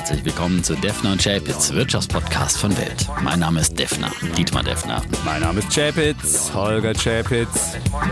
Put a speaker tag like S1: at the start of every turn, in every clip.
S1: herzlich willkommen zu Defner und Chapitz, Wirtschaftspodcast von Welt. Mein Name ist Defner, Dietmar Defner.
S2: Mein Name ist Chapitz, Holger Chapitz.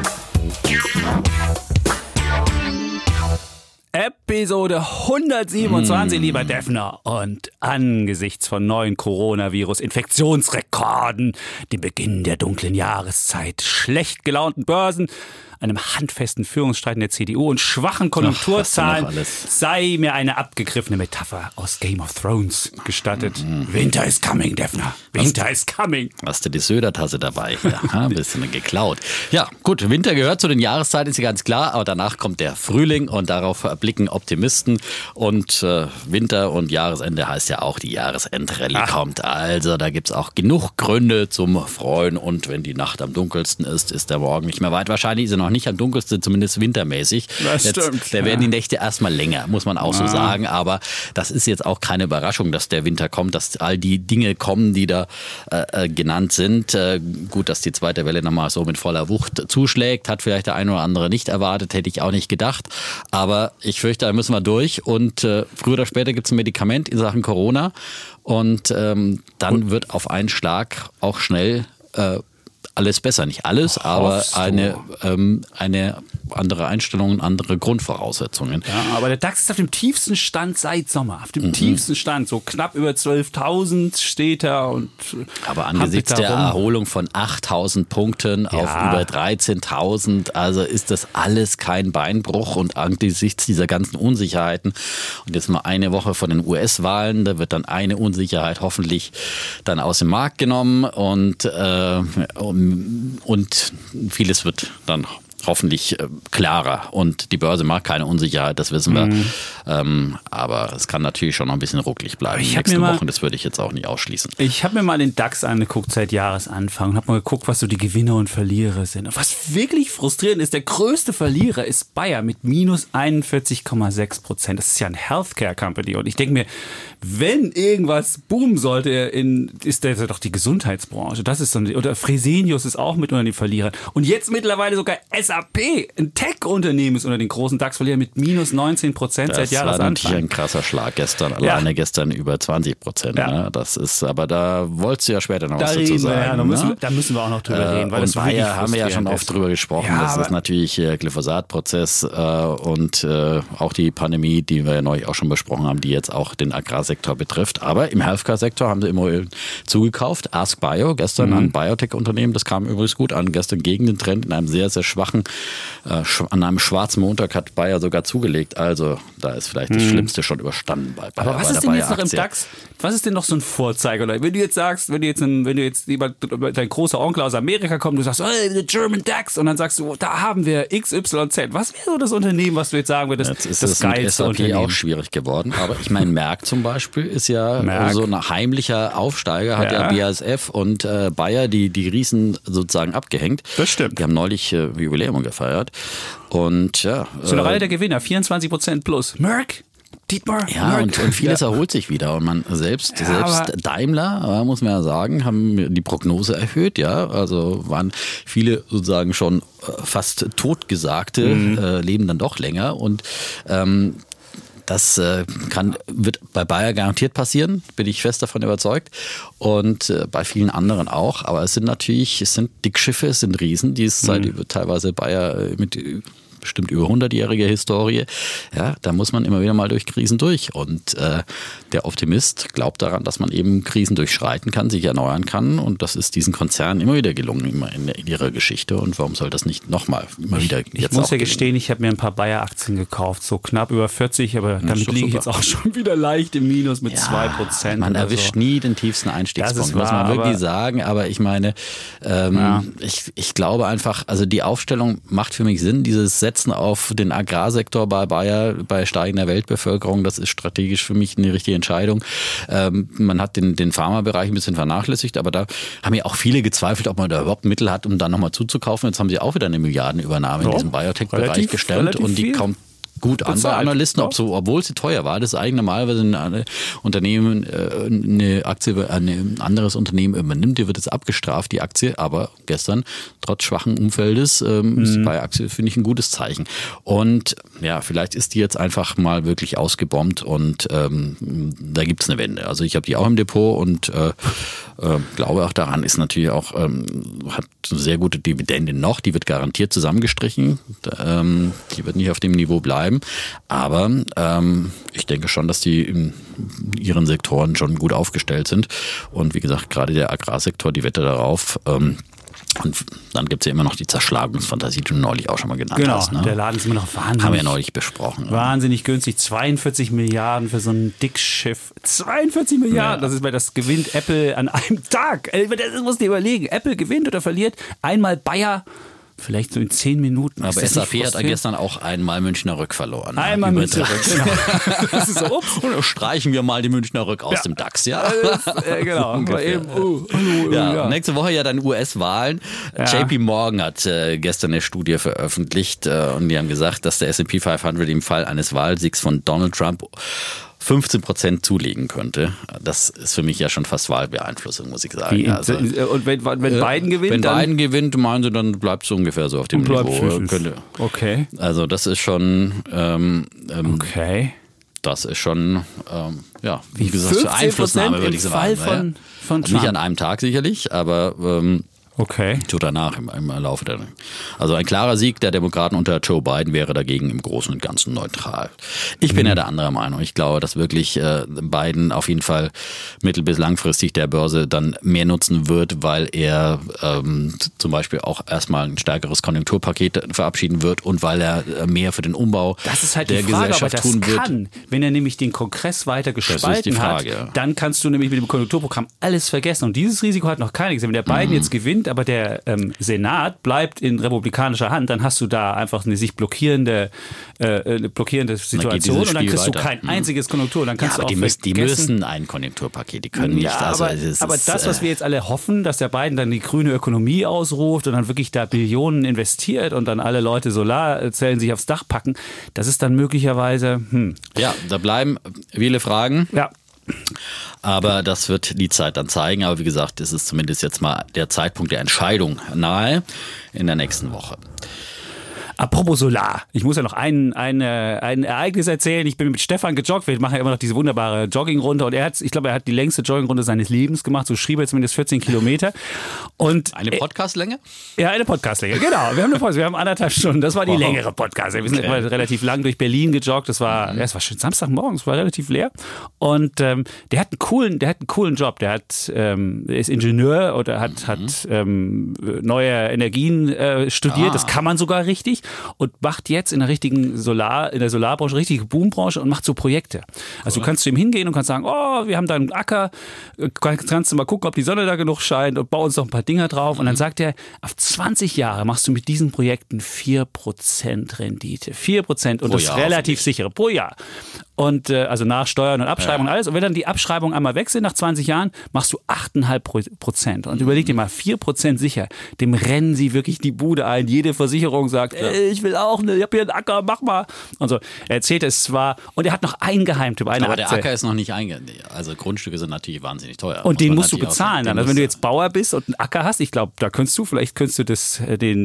S2: Episode 127, lieber Defner. Und angesichts von neuen Coronavirus-Infektionsrekorden, dem Beginn der dunklen Jahreszeit, schlecht gelaunten Börsen, einem handfesten Führungsstreit in der CDU und schwachen Konjunkturzahlen sei mir eine abgegriffene Metapher aus Game of Thrones gestattet. Winter is coming, Defner. Winter is coming.
S1: Hast du die Söder-Tasse dabei? Ja, ein bisschen geklaut. Ja, gut, Winter gehört zu den Jahreszeiten, ist ja ganz klar, aber danach kommt der Frühling und darauf blicken Optimisten. Und Winter und Jahresende heißt ja auch, die Jahresendrallye kommt. Also da gibt es auch genug Gründe zum Freuen. Und wenn die Nacht am dunkelsten ist, ist der Morgen nicht mehr weit. Wahrscheinlich ist er noch nicht am dunkelsten, zumindest wintermäßig.
S2: Das stimmt.
S1: Da werden die Nächte erstmal länger, muss man auch so sagen. Aber das ist jetzt auch keine Überraschung, dass der Winter kommt, dass all die Dinge kommen, die da genannt sind. Gut, dass die zweite Welle nochmal so mit voller Wucht zuschlägt, hat vielleicht der eine oder andere nicht erwartet, hätte ich auch nicht gedacht. Aber ich fürchte, da müssen wir durch. Und früher oder später gibt es ein Medikament in Sachen Corona. Und dann wird auf einen Schlag auch schnell alles besser. Nicht alles, aber eine andere Einstellung, andere Grundvoraussetzungen.
S2: Ja, aber der DAX ist auf dem tiefsten Stand seit Sommer. Auf dem tiefsten Stand, so knapp über 12.000 steht er.
S1: Aber angesichts der Erholung von 8.000 Punkten auf über 13.000, also ist das alles kein Beinbruch. Und angesichts dieser ganzen Unsicherheiten und jetzt mal eine Woche von den US-Wahlen, da wird dann eine Unsicherheit hoffentlich dann aus dem Markt genommen und vieles wird dann hoffentlich klarer und die Börse mag keine Unsicherheit, das wissen wir. Aber es kann natürlich schon noch ein bisschen ruckelig bleiben in den nächsten Wochen, das würde ich jetzt auch nicht ausschließen.
S2: Ich habe mir mal den DAX angeguckt seit Jahresanfang und habe mal geguckt, was so die Gewinner und Verlierer sind. Und was wirklich frustrierend ist, der größte Verlierer ist Bayer mit minus 41,6%. Das ist ja ein Healthcare Company und ich denke mir, wenn irgendwas boomen sollte, ist das doch die Gesundheitsbranche. Das ist so, oder Fresenius ist auch mit unter den Verlierern. Und jetzt mittlerweile sogar SAP, ein Tech-Unternehmen, ist unter den großen DAX-Verlierern mit minus 19% seit Jahresanfang.
S1: Das war natürlich ein krasser Schlag gestern. Alleine gestern über 20%. Ja. Ne? Das ist, aber da wolltest du ja später noch was dazu sagen.
S2: Da müssen wir auch noch drüber reden. Weil
S1: und Bayer haben wir ja schon oft drüber gesprochen. Ja, das ist natürlich Glyphosat-Prozess und auch die Pandemie, die wir ja neulich auch schon besprochen haben, die jetzt auch den Agrarsektor betrifft. Aber im Healthcare-Sektor haben sie Immobilien zugekauft. AskBio, gestern ein Biotech-Unternehmen, das kam übrigens gut an. Gestern gegen den Trend in einem sehr, sehr schwachen, an einem schwarzen Montag hat Bayer sogar zugelegt. Also da ist vielleicht das Schlimmste schon überstanden bei Bayer.
S2: Aber was ist denn jetzt noch im DAX? Was ist denn noch so ein Vorzeiger? Wenn du jetzt sagst, wenn du jetzt dein großer Onkel aus Amerika kommt, du sagst, hey, the German DAX, und dann sagst du, da haben wir XYZ. Was wäre so das Unternehmen, was du jetzt sagen würdest,
S1: jetzt ist das geilste Unternehmen? Auch schwierig geworden. Aber ich meine, Merck zum Beispiel ist ja so ein heimlicher Aufsteiger, hat ja BASF und Bayer die Riesen sozusagen abgehängt.
S2: Das stimmt.
S1: Die haben neulich Jubiläum gefeiert. Und ja.
S2: Sind doch alle der Gewinner, 24% plus. Merck? Dietmar?
S1: Ja, und vieles erholt sich wieder. Und man selbst Daimler, muss man ja sagen, haben die Prognose erhöht. Ja, also waren viele sozusagen schon fast totgesagte, leben dann doch länger. Und das wird bei Bayer garantiert passieren, bin ich fest davon überzeugt. Und bei vielen anderen auch. Aber es sind Dickschiffe, es sind Riesen, die es seit teilweise Bayer mit bestimmt über 100-jährige Historie. Ja, da muss man immer wieder mal durch Krisen durch. Und der Optimist glaubt daran, dass man eben Krisen durchschreiten kann, sich erneuern kann. Und das ist diesen Konzernen immer wieder gelungen, immer in ihrer Geschichte. Und warum soll das nicht nochmal immer wieder jetzt
S2: Ich muss ja gestehen, ich habe mir ein paar Bayer-Aktien gekauft, so knapp über 40, aber damit liege ich jetzt auch schon wieder leicht im Minus mit 2%.
S1: Man erwischt nie den tiefsten Einstiegspunkt, muss man wirklich sagen. Aber ich meine, ich glaube einfach, also die Aufstellung macht für mich Sinn, dieses Setzen auf den Agrarsektor bei Bayer, bei steigender Weltbevölkerung, das ist strategisch für mich eine richtige Entscheidung. Man hat den Pharmabereich ein bisschen vernachlässigt, aber da haben ja auch viele gezweifelt, ob man da überhaupt Mittel hat, um dann nochmal zuzukaufen. Jetzt haben sie auch wieder eine Milliardenübernahme in diesem Biotech-Bereich gestellt und die kommt gut an bei Analysten, obwohl sie teuer war. Das ist eigentlich normalerweise ein Unternehmen, eine Aktie, ein anderes Unternehmen übernimmt, die wird jetzt abgestraft, die Aktie, aber gestern, trotz schwachen Umfeldes, ist bei Aktie, finde ich, ein gutes Zeichen. Und ja, vielleicht ist die jetzt einfach mal wirklich ausgebombt und da gibt es eine Wende. Also ich habe die auch im Depot und glaube auch daran, ist natürlich auch, hat eine sehr gute Dividende noch, die wird garantiert zusammengestrichen, die wird nicht auf dem Niveau bleiben, aber ich denke schon, dass die in ihren Sektoren schon gut aufgestellt sind und wie gesagt, gerade der Agrarsektor, die Wette darauf, und dann gibt es ja immer noch die Zerschlagungsfantasie, die du neulich auch schon mal genannt hast.
S2: Genau, der Laden ist immer noch wahnsinnig.
S1: Haben wir ja neulich besprochen.
S2: Wahnsinnig günstig, 42 Milliarden für so ein Dickschiff. 42 Milliarden, das ist, weil das gewinnt Apple an einem Tag. Das musst du dir überlegen, Apple gewinnt oder verliert, einmal Bayer, vielleicht so in 10 Minuten.
S1: Aber SAP hat gestern auch einmal Münchner Rück verloren.
S2: Einmal Münchner Rück, genau.
S1: Das ist so, ups. Und dann streichen wir mal die Münchner Rück aus dem DAX, ja.
S2: Genau.
S1: Nächste Woche ja dann US-Wahlen. Ja. JP Morgan hat gestern eine Studie veröffentlicht und die haben gesagt, dass der S&P 500 im Fall eines Wahlsiegs von Donald Trump 15% zulegen könnte. Das ist für mich ja schon fast Wahlbeeinflussung, muss ich sagen.
S2: Und wenn Biden gewinnt?
S1: Wenn Biden gewinnt, meinen sie, dann bleibt es so ungefähr so auf dem Niveau.
S2: Okay.
S1: Also das ist schon...
S2: okay.
S1: Das ist schon, wie gesagt, zur Einflussnahme, würde ich sagen.
S2: Von Trump.
S1: Nicht an einem Tag sicherlich, aber...
S2: Okay.
S1: So danach im Laufe der. Also ein klarer Sieg der Demokraten unter Joe Biden wäre dagegen im Großen und Ganzen neutral. Ich bin ja der anderer Meinung. Ich glaube, dass wirklich Biden auf jeden Fall mittel- bis langfristig der Börse dann mehr nutzen wird, weil er zum Beispiel auch erstmal ein stärkeres Konjunkturpaket verabschieden wird und weil er mehr für den Umbau der Gesellschaft tun wird.
S2: Wenn er nämlich den Kongress weiter gespalten hat, dann kannst du nämlich mit dem Konjunkturprogramm alles vergessen. Und dieses Risiko hat noch keiner gesehen. Wenn der Biden jetzt gewinnt, aber der Senat bleibt in republikanischer Hand, dann hast du da einfach eine sich blockierende Situation und dann kriegst du kein einziges Konjunktur. Dann kannst du auch
S1: die müssen ein Konjunkturpaket, die können nicht.
S2: Aber das, was wir jetzt alle hoffen, dass der Biden dann die grüne Ökonomie ausruft und dann wirklich da Billionen investiert und dann alle Leute Solarzellen sich aufs Dach packen, das ist dann möglicherweise...
S1: Ja, da bleiben viele Fragen.
S2: Ja.
S1: Aber das wird die Zeit dann zeigen. Aber wie gesagt, es ist zumindest jetzt mal der Zeitpunkt der Entscheidung nahe in der nächsten Woche.
S2: Apropos Solar, ich muss ja noch ein Ereignis erzählen. Ich bin mit Stefan gejoggt, wir machen ja immer noch diese wunderbare Joggingrunde und ich glaube, er hat die längste Joggingrunde seines Lebens gemacht, so schrieb er zumindest 14 Kilometer. Und
S1: eine Podcastlänge?
S2: Ja, eine Podcastlänge, genau. Wir haben 1,5 Stunden, das war die längere Podcast. Wir sind relativ lang durch Berlin gejoggt, es war schön Samstagmorgen, es war relativ leer. Und der hat einen coolen Job, der ist Ingenieur oder hat neue Energien studiert, das kann man sogar richtig. Und macht jetzt in der Solarbranche, richtige Boombranche und macht so Projekte. Also du kannst zu ihm hingehen und kannst sagen, oh, wir haben da einen Acker, kannst du mal gucken, ob die Sonne da genug scheint und bau uns noch ein paar Dinger drauf. Und dann sagt er, auf 20 Jahre machst du mit diesen Projekten 4% Rendite. 4% und das ist relativ sichere pro Jahr. Und also nach Steuern und Abschreibung und alles. Und wenn dann die Abschreibungen einmal weg sind nach 20 Jahren, machst du 8,5%. Und überleg dir mal, 4% sicher. Dem rennen sie wirklich die Bude ein. Jede Versicherung sagt, ich will auch, ich habe hier einen Acker, mach mal. Und so. Er erzählt es zwar. Und er hat noch einen Geheimtipp, eine
S1: Aber
S2: Aktie.
S1: Der Acker ist noch nicht also Grundstücke sind natürlich wahnsinnig teuer.
S2: Und den musst du bezahlen dann. Also wenn du jetzt Bauer bist und einen Acker hast, ich glaube, da vielleicht könntest du das,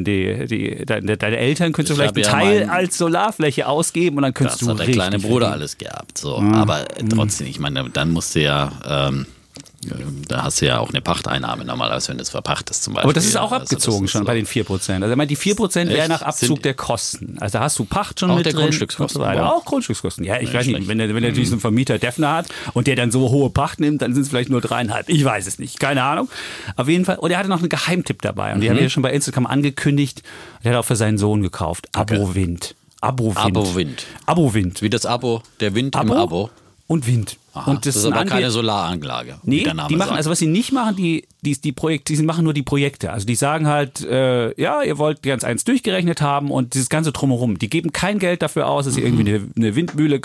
S2: deine Eltern könntest du vielleicht einen Teil als Solarfläche ausgeben und dann könntest du
S1: das hat der kleine Bruder alles gehabt. So. Aber trotzdem, ich meine, dann musst du ja, da hast du ja auch eine Pachteinnahme normalerweise, wenn du es verpachtest zum Beispiel.
S2: Aber das ist auch abgezogen schon bei den 4%. Also ich meine, die 4% wäre nach Abzug der Kosten. Also da hast du Pacht schon
S1: auch
S2: mit
S1: der
S2: drin.
S1: Grundstückskosten.
S2: Auch Grundstückskosten. Ja, ich weiß nicht, wenn der natürlich so einen Vermieter Defner hat und der dann so hohe Pacht nimmt, dann sind es vielleicht nur 3,5. Ich weiß es nicht, keine Ahnung. Auf jeden Fall. Und er hatte noch einen Geheimtipp dabei. Und die haben ja schon bei Instagram angekündigt. Der hat auch für seinen Sohn gekauft. Abowint.
S1: Abowint.
S2: Abowint.
S1: Wie das Abo, der Wind im Abo.
S2: Und Wind.
S1: Aha,
S2: Und das
S1: ist aber keine Solaranlage.
S2: Nee, die machen, also was sie nicht machen, die machen nur die Projekte. Also die sagen halt, ihr wollt ganz eins durchgerechnet haben und dieses ganze Drumherum. Die geben kein Geld dafür aus, dass sie irgendwie eine Windmühle,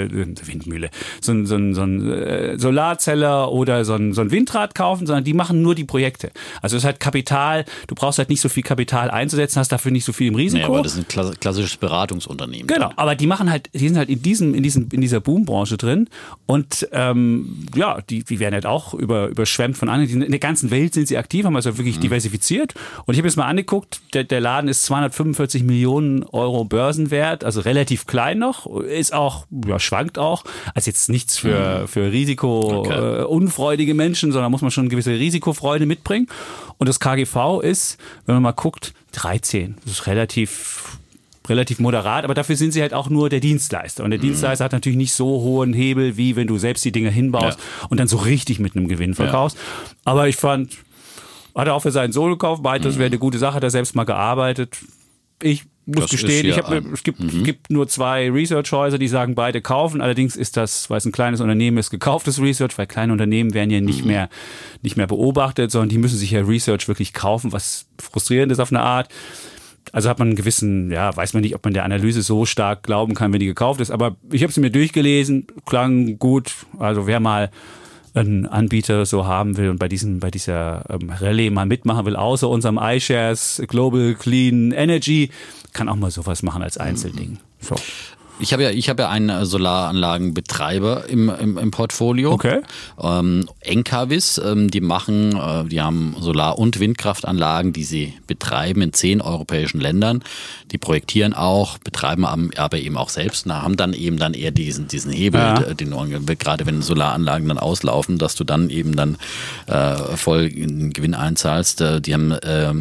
S2: so ein Solarzeller oder so ein Windrad kaufen, sondern die machen nur die Projekte. Also es ist halt Kapital, du brauchst halt nicht so viel Kapital einzusetzen, hast dafür nicht so viel im Risiko.
S1: Nee, aber das ist ein klassisches Beratungsunternehmen.
S2: Genau, aber die sind halt in dieser Boombranche drin und die werden halt auch überschwemmt von anderen. In der ganzen Welt sind sie aktiv, haben also wirklich diversifiziert. Und ich habe jetzt mal angeguckt, der Laden ist 245 Millionen Euro Börsenwert, also relativ klein noch, ist auch, schwankt auch. Also jetzt nichts für risikounfreudige Menschen, sondern muss man schon eine gewisse Risikofreude mitbringen. Und das KGV ist, wenn man mal guckt, 13. Das ist relativ moderat, aber dafür sind sie halt auch nur der Dienstleister. Und der Dienstleister hat natürlich nicht so hohen Hebel, wie wenn du selbst die Dinger hinbaust und dann so richtig mit einem Gewinn verkaufst. Ja. Aber ich fand, hat er auch für seinen Sohn gekauft, meinte, das wäre eine gute Sache, hat er selbst mal gearbeitet. Ich muss gestehen, es gibt nur 2 Research-Häuser, die sagen, beide kaufen. Allerdings ist das, weil es ein kleines Unternehmen ist, gekauftes Research, weil kleine Unternehmen werden ja nicht mehr beobachtet, sondern die müssen sich ja Research wirklich kaufen, was frustrierend ist auf eine Art. Also hat man einen gewissen, weiß man nicht, ob man der Analyse so stark glauben kann, wenn die gekauft ist. Aber ich habe sie mir durchgelesen, klang gut. Also wer mal einen Anbieter so haben will und bei dieser Rallye mal mitmachen will, außer unserem iShares Global Clean Energy, kann auch mal sowas machen als Einzelding. So.
S1: Ich habe ja einen Solaranlagenbetreiber im Portfolio.
S2: Okay.
S1: Encavis, die haben Solar- und Windkraftanlagen, die sie betreiben in 10 europäischen Ländern. Die projektieren auch, betreiben aber eben auch selbst und haben dann eher diesen Hebel, gerade wenn Solaranlagen dann auslaufen, dass du dann eben voll in den Gewinn einzahlst. Die haben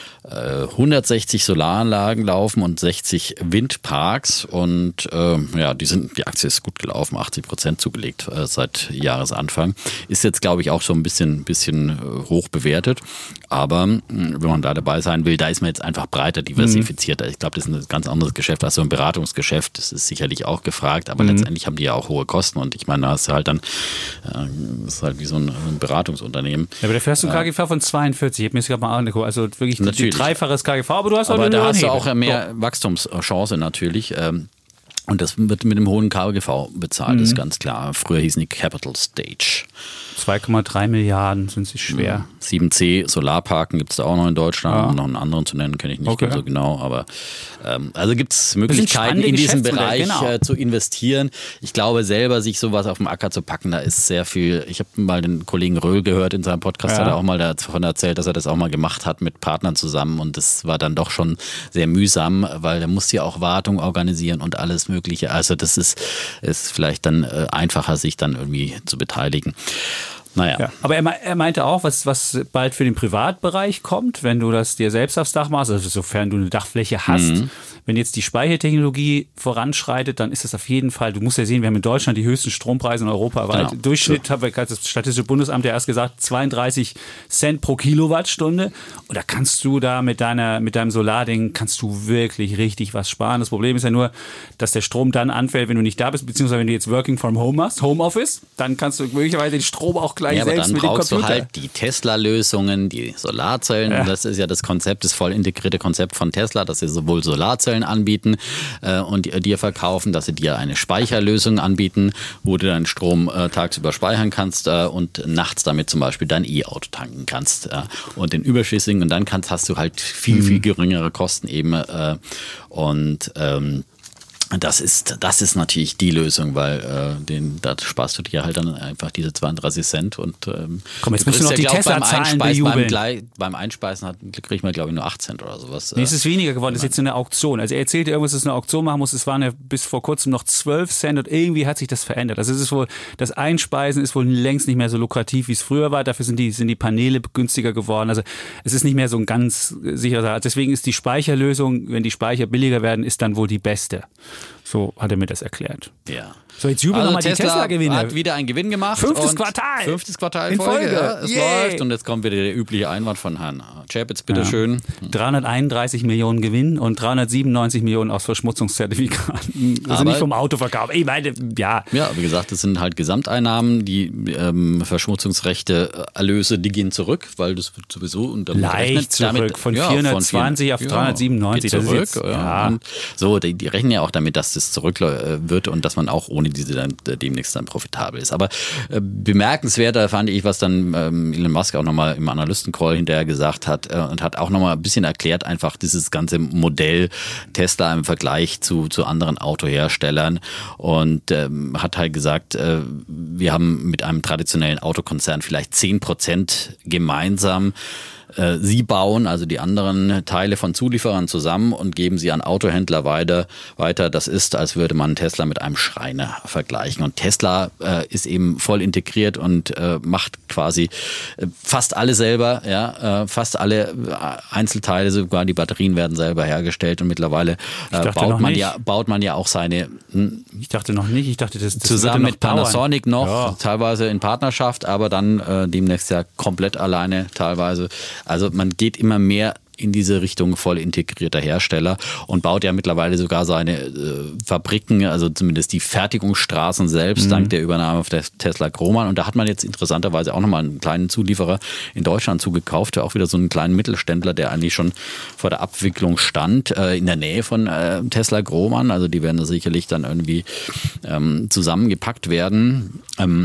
S1: 160 Solaranlagen laufen und 60 Windparks und die Aktie ist gut gelaufen, 80% zugelegt seit Jahresanfang. Ist jetzt, glaube ich, auch so ein bisschen hoch bewertet, aber wenn man da dabei sein will, da ist man jetzt einfach breiter diversifizierter. Ich glaube, das ist ein ganz anderes Geschäft als so ein Beratungsgeschäft. Das ist sicherlich auch gefragt, aber letztendlich haben die ja auch hohe Kosten und ich meine, da hast du halt dann, das ist halt wie so ein Beratungsunternehmen.
S2: Ja, aber dafür hast du einen KGV von 42, ich habe mir das gerade mal angeguckt, also wirklich dreifaches KGV, aber du hast auch
S1: da hast du auch mehr Wachstumschance natürlich. Und das wird mit dem hohen KGV bezahlt, ist ganz klar. Früher hießen die Capital Stage.
S2: 2,3 Milliarden sind sie schwer.
S1: 7C Solarparken gibt es da auch noch in Deutschland. Um noch einen anderen zu nennen, kenne ich nicht so genau. Aber also gibt es Möglichkeiten in diesem Bereich zu investieren. Ich glaube selber, sich sowas auf dem Acker zu packen, da ist sehr viel. Ich habe mal den Kollegen Röhl gehört in seinem Podcast, hat er auch mal davon erzählt, dass er das auch mal gemacht hat mit Partnern zusammen. Und das war dann doch schon sehr mühsam, weil er musste ja auch Wartung organisieren und alles Mögliche. Also das ist vielleicht dann einfacher, sich dann irgendwie zu beteiligen. Naja.
S2: Ja, aber er meinte auch, was bald für den Privatbereich kommt, wenn du das dir selbst aufs Dach machst, also sofern du eine Dachfläche hast. Wenn jetzt die Speichertechnologie voranschreitet, dann ist das auf jeden Fall, du musst ja sehen, wir haben in Deutschland die höchsten Strompreise in Europa. Genau. Durchschnitt, hat das Statistische Bundesamt ja erst gesagt, 32 Cent pro Kilowattstunde. Und da kannst du mit deinem Solarding, kannst du wirklich richtig was sparen. Das Problem ist ja nur, dass der Strom dann anfällt, wenn du nicht da bist, beziehungsweise wenn du jetzt Working from Home machst, Homeoffice, dann kannst du möglicherweise den Strom auch gleich selbst mit dem Computer.
S1: Aber dann brauchst du halt die Tesla-Lösungen, die Solarzellen. Ja. Das ist ja das voll integrierte Konzept von Tesla, dass sie sowohl Solarzellen anbieten und dir verkaufen, dass sie dir eine Speicherlösung anbieten, wo du deinen Strom tagsüber speichern kannst und nachts damit zum Beispiel dein E-Auto tanken kannst. Und den überschüssigen und dann hast du halt viel geringere Kosten eben das ist natürlich die Lösung, weil da sparst du dir halt dann einfach diese 32 Cent und
S2: komm, jetzt müssen wir noch die Tesla-Zahlen bejubeln.
S1: Beim Einspeisen kriegt man, glaube ich, nur 8 Cent oder sowas.
S2: Nee, es ist weniger geworden, das ist jetzt eine Auktion. Also er erzählte irgendwas, dass es eine Auktion machen muss, es waren ja bis vor kurzem noch 12 Cent und irgendwie hat sich das verändert. Also es ist wohl, das Einspeisen ist wohl längst nicht mehr so lukrativ, wie es früher war. Dafür sind die Paneele günstiger geworden. Also es ist nicht mehr so ein ganz sicherer. Deswegen ist die Speicherlösung, wenn die Speicher billiger werden, ist dann wohl die beste. So hat er mir das erklärt.
S1: Ja.
S2: So, jetzt jubeln nochmal die Tesla-Gewinne.
S1: Hat wieder einen Gewinn gemacht.
S2: Fünftes Quartal
S1: in Folge. Ja, es
S2: Yay.
S1: läuft und jetzt kommt wieder der übliche Einwand von Herrn Chapitz, bitteschön.
S2: 331 Millionen Gewinn und 397 Millionen aus Verschmutzungszertifikaten. Also nicht vom Autoverkauf. Ich meine, ja.
S1: Ja, wie gesagt, das sind halt Gesamteinnahmen. Die Verschmutzungsrechte, Erlöse, die gehen zurück, weil das wird sowieso
S2: leicht zurück. Von 420 auf 397.
S1: Geht zurück,
S2: das ist jetzt,
S1: Und so, die rechnen ja auch damit, dass das zurück wird und dass man auch ohne diese dann demnächst dann profitabel ist. Aber bemerkenswerter fand ich, was dann Elon Musk auch nochmal im Analystencall hinterher gesagt hat und hat auch nochmal ein bisschen erklärt, einfach dieses ganze Modell Tesla im Vergleich zu anderen Autoherstellern und hat halt gesagt, wir haben mit einem traditionellen Autokonzern vielleicht 10% gemeinsam. Sie bauen also die anderen Teile von Zulieferern zusammen und geben sie an Autohändler weiter. Das ist, als würde man Tesla mit einem Schreiner vergleichen. Und Tesla ist eben voll integriert und macht quasi fast alle selber, ja, fast alle Einzelteile, sogar die Batterien werden selber hergestellt und mittlerweile baut man ja auch seine.
S2: Ich dachte noch nicht, ich dachte, das
S1: zusammen mit Panasonic noch, teilweise in Partnerschaft, aber dann demnächst ja komplett alleine teilweise. Also man geht immer mehr in diese Richtung voll integrierter Hersteller und baut ja mittlerweile sogar seine Fabriken, also zumindest die Fertigungsstraßen selbst, dank der Übernahme auf der Tesla Grohmann. Und da hat man jetzt interessanterweise auch nochmal einen kleinen Zulieferer in Deutschland zugekauft, auch wieder so einen kleinen Mittelständler, der eigentlich schon vor der Abwicklung stand, in der Nähe von Tesla Grohmann. Also die werden da sicherlich dann irgendwie zusammengepackt werden.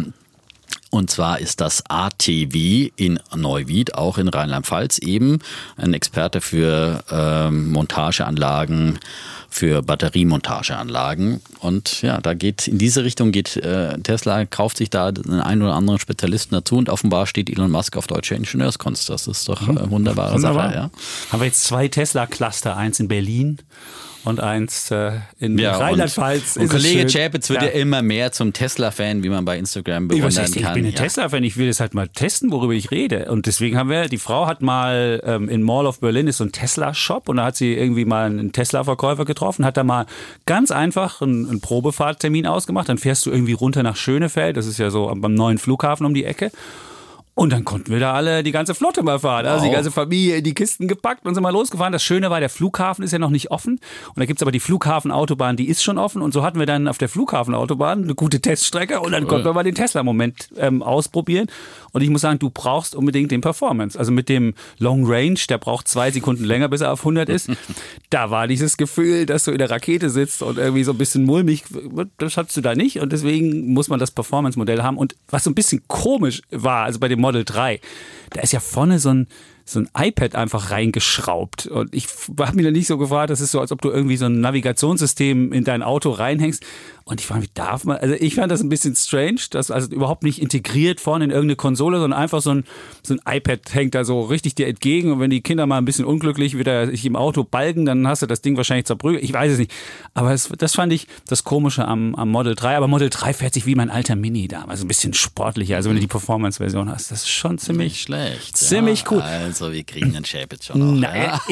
S1: Und zwar ist das ATW in Neuwied, auch in Rheinland-Pfalz eben, ein Experte für Montageanlagen, für Batteriemontageanlagen. Und ja, da geht in diese Richtung Tesla, kauft sich da einen oder anderen Spezialisten dazu und offenbar steht Elon Musk auf deutsche Ingenieurskunst. Das ist doch eine wunderbare Sache. Ja.
S2: Haben wir jetzt 2 Tesla-Cluster, eins in Berlin und eins in Rheinland-Pfalz.
S1: Und Kollege Chapitz wird ja immer mehr zum Tesla-Fan, wie man bei Instagram bewundern kann.
S2: Ich bin ein Tesla-Fan, ich will das halt mal testen, worüber ich rede. Und deswegen die Frau hat mal in Mall of Berlin ist so ein Tesla-Shop und da hat sie irgendwie mal einen Tesla-Verkäufer getroffen, hat da mal ganz einfach einen Probefahrttermin ausgemacht. Dann fährst du irgendwie runter nach Schönefeld, das ist ja so beim neuen Flughafen um die Ecke. Und dann konnten wir da alle die ganze Flotte mal fahren. Also die ganze Familie in die Kisten gepackt und sind mal losgefahren. Das Schöne war, der Flughafen ist ja noch nicht offen. Und da gibt's aber die Flughafenautobahn, die ist schon offen. Und so hatten wir dann auf der Flughafenautobahn eine gute Teststrecke. Und dann konnten wir mal den Tesla-Moment ausprobieren. Und ich muss sagen, du brauchst unbedingt den Performance. Also mit dem Long Range, der braucht 2 Sekunden länger, bis er auf 100 ist. Da war dieses Gefühl, dass du in der Rakete sitzt und irgendwie so ein bisschen mulmig. Das hattest du da nicht. Und deswegen muss man das Performance-Modell haben. Und was so ein bisschen komisch war, also bei dem Model 3, da ist ja vorne so ein iPad einfach reingeschraubt. Und ich habe mich da nicht so gefragt, das ist so, als ob du irgendwie so ein Navigationssystem in dein Auto reinhängst. Und ich fand, ich fand das ein bisschen strange, dass also überhaupt nicht integriert vorne in irgendeine Konsole, sondern einfach so ein iPad hängt da so richtig dir entgegen. Und wenn die Kinder mal ein bisschen unglücklich wieder sich im Auto balgen, dann hast du das Ding wahrscheinlich zerprügelt. Ich weiß es nicht. Aber das fand ich das Komische am Model 3. Aber Model 3 fährt sich wie mein alter Mini damals, ein bisschen sportlicher. Also wenn du die Performance-Version hast, das ist schon ziemlich schlecht. Ziemlich cool.
S1: Also wir kriegen den Chapitz schon noch.
S2: Auf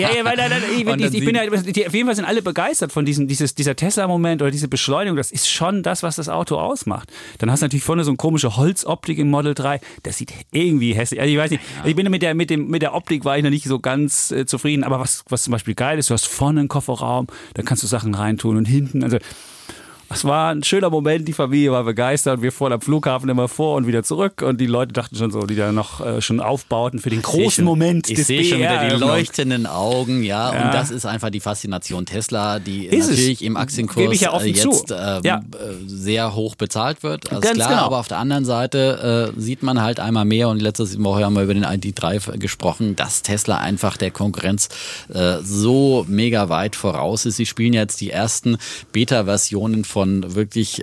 S2: jeden Fall sind alle begeistert von dieser Tesla-Moment oder diese Beschleunigung. Das ist schon das, was das Auto ausmacht. Dann hast du natürlich vorne so eine komische Holzoptik im Model 3. Das sieht irgendwie hässlich. Also ich weiß nicht, ich bin mit der Optik war ich noch nicht so ganz zufrieden. Aber was zum Beispiel geil ist, du hast vorne einen Kofferraum, da kannst du Sachen reintun und hinten, also es war ein schöner Moment, die Familie war begeistert, wir fuhren am Flughafen immer vor und wieder zurück und die Leute dachten schon so, die da noch schon aufbauten für den großen Moment des BR.
S1: Ich sehe schon wieder die leuchtenden Augen, ja, und das ist einfach die Faszination Tesla, die natürlich im Aktienkurs jetzt sehr hoch bezahlt wird, also klar, genau. Aber auf der anderen Seite sieht man halt einmal mehr und letzte Woche haben wir über den ID3 gesprochen, dass Tesla einfach der Konkurrenz so mega weit voraus ist. Sie spielen jetzt die ersten Beta-Versionen von wirklich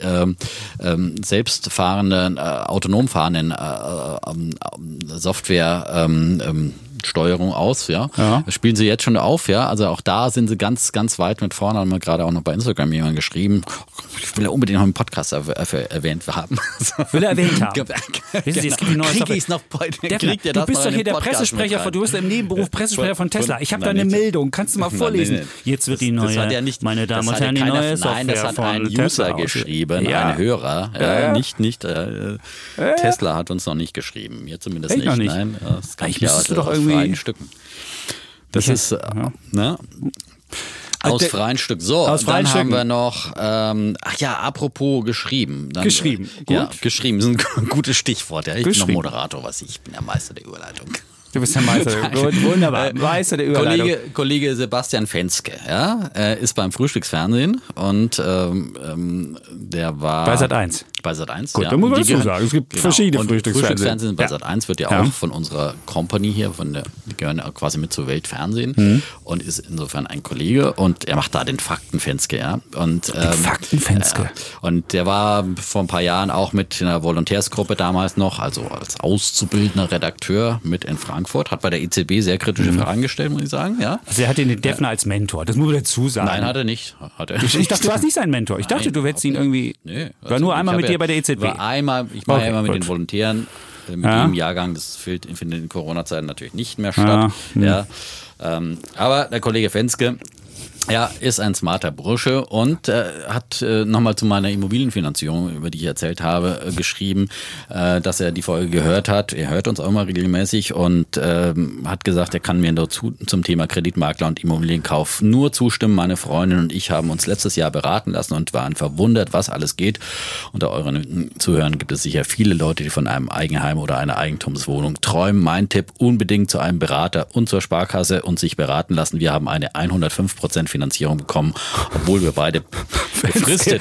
S1: selbstfahrenden, autonom fahrenden Software Steuerung aus, ja. Das spielen sie jetzt schon auf, ja. Also auch da sind sie ganz, ganz weit mit vorne. Haben wir gerade auch noch bei Instagram jemand geschrieben. Ich will ja unbedingt noch einen Podcast erwähnt haben.
S2: Will er erwähnt haben? Wissen Sie, es gibt die neue
S1: Krieg ich's noch bei
S2: Du bist doch hier der Pressesprecher du bist im Nebenberuf Pressesprecher von Tesla. Ich habe da eine Meldung. Kannst du mal vorlesen? Jetzt wird die neue, meine Damen und Herren, die neue Software
S1: Nein, das hat ein User geschrieben, ein Hörer. Nicht Tesla hat uns noch nicht geschrieben. Mir zumindest nicht. Nein, das kann ich ja aus freien Stücken. Das ist, ne? Aus freien Stück. So, dann haben wir noch, apropos geschrieben.
S2: Geschrieben,
S1: gut. Ja, geschrieben ist ein gutes Stichwort. Ja. Ich bin noch Moderator, ich bin der Meister der Überleitung.
S2: Du bist der Meister. Wunderbar. Meister der Überleitung.
S1: Kollege Sebastian Fenske, ist beim Frühstücksfernsehen und der war
S2: bei Sat.1.
S1: Bei Sat.1.
S2: Gut, da muss man dazu sagen. Es gibt verschiedene Frühstücksfernsehen.
S1: Bei Sat.1 wird ja auch von unserer Company hier, die gehören ja quasi mit zur Weltfernsehen und ist insofern ein Kollege und er macht da den Fakten-Fenske, den
S2: Fakten-Fenske.
S1: Und der war vor ein paar Jahren auch mit einer Volontärsgruppe damals noch, also als auszubildender Redakteur mit in Frankfurt, hat bei der EZB sehr kritische Fragen gestellt, muss ich sagen. Ja.
S2: Also er hatte den Defner als Mentor, das muss man dazu sagen.
S1: Nein, hat er nicht.
S2: Ich dachte, du warst nicht sein Mentor. Ich dachte, du hättest ihn irgendwie...
S1: Nee,
S2: war nur einmal mit dir bei der EZB.
S1: Ich mache ja immer mit den Volontären, mit jedem Jahrgang, das findet in Corona-Zeiten natürlich nicht mehr statt. Aber der Kollege Fenske, ist ein smarter Bursche und hat nochmal zu meiner Immobilienfinanzierung, über die ich erzählt habe, geschrieben, dass er die Folge gehört hat. Er hört uns auch mal regelmäßig und hat gesagt, er kann mir nur zum Thema Kreditmakler und Immobilienkauf nur zustimmen. Meine Freundin und ich haben uns letztes Jahr beraten lassen und waren verwundert, was alles geht. Unter euren Zuhörern gibt es sicher viele Leute, die von einem Eigenheim oder einer Eigentumswohnung träumen. Mein Tipp, unbedingt zu einem Berater und zur Sparkasse und sich beraten lassen. Wir haben eine 100% Finanzierung bekommen, obwohl wir beide befristet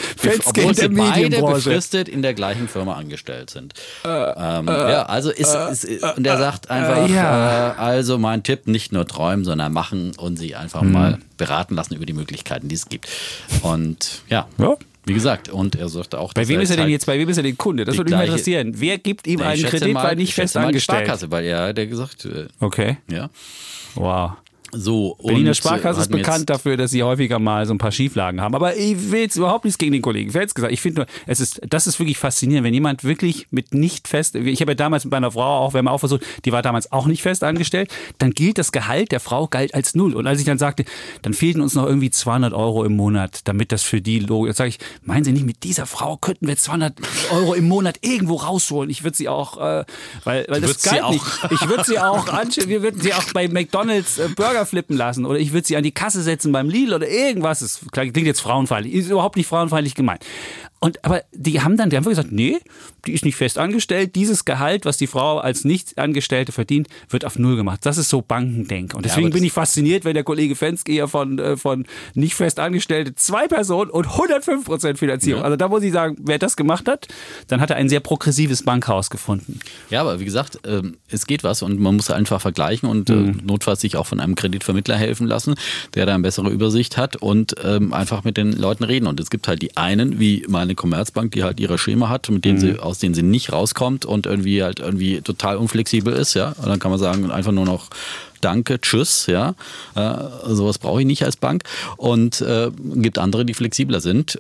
S1: in der gleichen Firma angestellt sind. Und er sagt einfach, also mein Tipp, nicht nur träumen, sondern machen und sich einfach mal beraten lassen über die Möglichkeiten, die es gibt. Und wie gesagt, und er sagte auch,
S2: bei wem ist er denn jetzt? Bei wem ist er denn Kunde? Das würde mich mal interessieren. Wer gibt ihm einen Kredit, weil nicht fest angestellt?
S1: Die Sparkasse, weil er hat gesagt.
S2: Okay.
S1: Ja.
S2: Wow.
S1: So,
S2: Berliner Sparkasse ist bekannt dafür, dass sie häufiger mal so ein paar Schieflagen haben. Aber ich will jetzt überhaupt nichts gegen den Kollegen Fels gesagt. Ich finde nur, das ist wirklich faszinierend, wenn jemand wirklich mit nicht fest, ich habe ja damals mit meiner Frau auch, wir haben auch versucht, die war damals auch nicht fest angestellt, dann gilt das Gehalt der Frau galt als null. Und als ich dann sagte, dann fehlten uns noch irgendwie 200 € im Monat, damit das für die logisch, jetzt sage ich, meinen Sie nicht, mit dieser Frau könnten wir 200 € im Monat irgendwo rausholen? Ich würde sie auch, weil das galt nicht. Ich würde sie auch anschauen, wir würden sie auch bei McDonald's Burger flippen lassen oder ich würde sie an die Kasse setzen beim Lidl oder irgendwas. Das klingt jetzt frauenfeindlich, ist überhaupt nicht frauenfeindlich gemeint. Aber die haben wirklich gesagt, nee, die ist nicht fest angestellt. Dieses Gehalt, was die Frau als Nicht-Angestellte verdient, wird auf null gemacht. Das ist so Bankendenken. Und deswegen bin ich fasziniert, wenn der Kollege Fenske hier von nicht fest Angestellte 2 Personen und 105% Finanzierung. Ja. Also da muss ich sagen, wer das gemacht hat, dann hat er ein sehr progressives Bankhaus gefunden.
S1: Ja, aber wie gesagt, es geht was und man muss einfach vergleichen und notfalls sich auch von einem Kreditvermittler helfen lassen, der da eine bessere Übersicht hat und einfach mit den Leuten reden. Und es gibt halt die einen, wie meine Commerzbank, die halt ihre Schema hat, mit denen aus denen sie nicht rauskommt und irgendwie total unflexibel ist, ja. Und dann kann man sagen, einfach nur noch Danke, tschüss, ja. Sowas brauche ich nicht als Bank. Und gibt andere, die flexibler sind.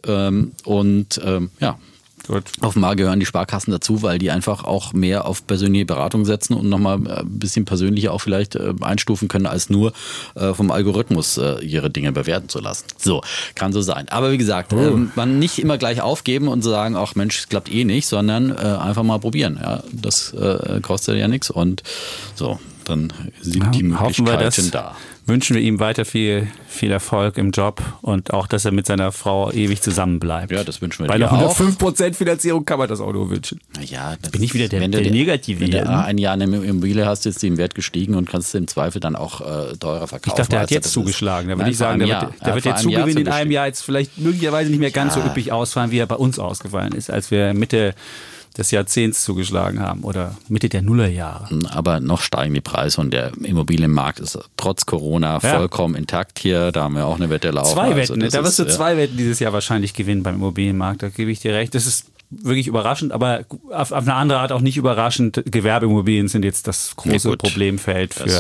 S1: Gut. Offenbar gehören die Sparkassen dazu, weil die einfach auch mehr auf persönliche Beratung setzen und nochmal ein bisschen persönlicher auch vielleicht einstufen können, als nur vom Algorithmus ihre Dinge bewerten zu lassen. So, kann so sein. Aber wie gesagt, man nicht immer gleich aufgeben und sagen, ach Mensch, es klappt eh nicht, sondern einfach mal probieren. Ja, das kostet ja nichts und so, dann sind die Möglichkeiten da.
S2: Wünschen wir ihm weiter viel Erfolg im Job und auch, dass er mit seiner Frau ewig zusammenbleibt.
S1: Ja, das wünschen wir
S2: dir
S1: auch.
S2: Bei 105% Finanzierung kann man das auch nur wünschen.
S1: Ja,
S2: bin ich wieder der Negative.
S1: Wenn du ein Jahr eine Immobilie hast, ist die im Wert gestiegen und kannst im Zweifel dann auch teurer verkaufen.
S2: Ich dachte, der hat jetzt zugeschlagen. Da würde ich sagen, der wird der Zugewinn in einem Jahr jetzt vielleicht möglicherweise nicht mehr ganz so üppig ausfallen, wie er bei uns ausgefallen ist, als wir Mitte des Jahrzehnts zugeschlagen haben oder Mitte der Nullerjahre.
S1: Aber noch steigen die Preise und der Immobilienmarkt ist trotz Corona vollkommen intakt hier. Da haben wir auch eine Wette laufen.
S2: 2 Wetten, da wirst du 2 Wetten dieses Jahr wahrscheinlich gewinnen beim Immobilienmarkt, da gebe ich dir recht. Das ist wirklich überraschend, aber auf eine andere Art auch nicht überraschend. Gewerbeimmobilien sind jetzt das große Problemfeld für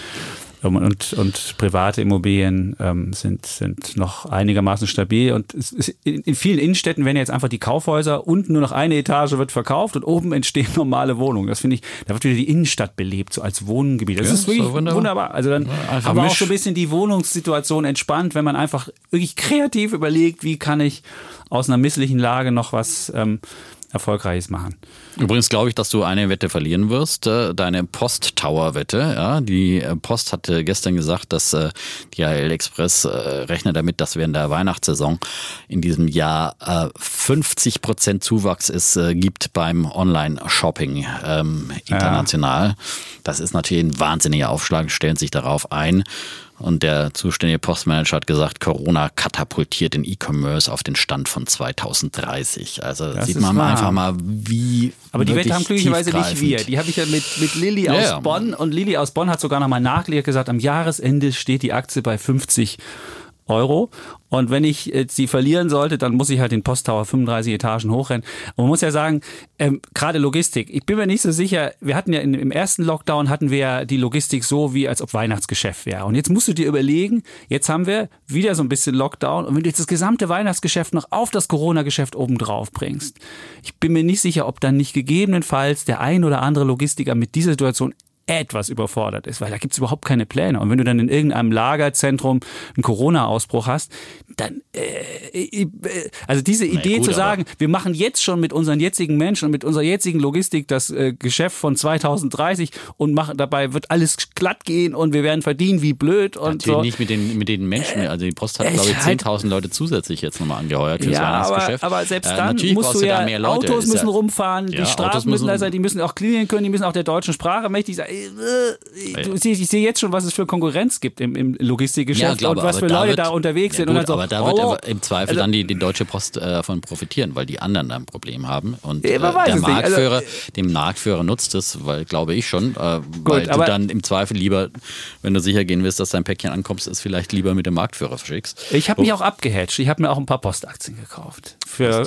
S2: und private Immobilien sind noch einigermaßen stabil. Und in vielen Innenstädten werden jetzt einfach die Kaufhäuser, unten nur noch eine Etage wird verkauft und oben entstehen normale Wohnungen. Das finde ich, da wird wieder die Innenstadt belebt, so als Wohngebiet. Das ist wirklich wunderbar. Also dann aber auch so ein bisschen die Wohnungssituation entspannt, wenn man einfach wirklich kreativ überlegt, wie kann ich aus einer misslichen Lage noch was Erfolgreiches machen.
S1: Übrigens glaube ich, dass du eine Wette verlieren wirst, deine Post-Tower-Wette. Ja, die Post hatte gestern gesagt, dass die DHL Express rechnet damit, dass während der Weihnachtssaison in diesem Jahr 50% Zuwachs gibt beim Online-Shopping international. Ja. Das ist natürlich ein wahnsinniger Aufschlag, stellen sich darauf ein. Und der zuständige Postmanager hat gesagt, Corona katapultiert den E-Commerce auf den Stand von 2030. Also das sieht man einfach mal, wie.
S2: Aber die Wette haben glücklicherweise nicht wir. Die habe ich ja mit Lilly aus Bonn. Und Lilly aus Bonn hat sogar noch mal nachgelegt, gesagt, am Jahresende steht die Aktie bei 50 €. Und wenn ich sie verlieren sollte, dann muss ich halt den Posttower 35 Etagen hochrennen. Und man muss ja sagen, gerade Logistik, ich bin mir nicht so sicher, wir hatten ja im ersten Lockdown hatten wir ja die Logistik so, wie als ob Weihnachtsgeschäft wäre. Und jetzt musst du dir überlegen, jetzt haben wir wieder so ein bisschen Lockdown. Und wenn du jetzt das gesamte Weihnachtsgeschäft noch auf das Corona-Geschäft obendrauf bringst, ich bin mir nicht sicher, ob dann nicht gegebenenfalls der ein oder andere Logistiker mit dieser Situation etwas überfordert ist, weil da gibt es überhaupt keine Pläne. Und wenn du dann in irgendeinem Lagerzentrum einen Corona-Ausbruch hast, dann, also diese Idee gut, zu sagen, wir machen jetzt schon mit unseren jetzigen Menschen und mit unserer jetzigen Logistik das Geschäft von 2030 und dabei wird alles glatt gehen und wir werden verdienen wie blöd. Und
S1: natürlich so. Nicht mit den Menschen. Also die Post hat, glaube ich, 10.000 Leute zusätzlich jetzt nochmal angeheuert fürs Weihnachtsgeschäft.
S2: Aber selbst dann musst du ja, Autos müssen rumfahren, die Straßen müssen da sein, die müssen auch klingen können, die müssen auch der deutschen Sprache mächtig sein. Ich sehe jetzt schon, was es für Konkurrenz gibt im Logistikgeschäft und was für Leute da unterwegs sind.
S1: Gut, und dann aber da wird im Zweifel dann die Deutsche Post davon profitieren, weil die anderen da ein Problem haben. Und der Marktführer, dem Marktführer nutzt es, weil glaube ich schon, weil du dann im Zweifel lieber, wenn du sicher gehen willst, dass dein Päckchen ankommst, es vielleicht lieber mit dem Marktführer verschickst.
S2: Ich habe mich auch abgehatcht. Ich habe mir auch ein paar Postaktien gekauft. Für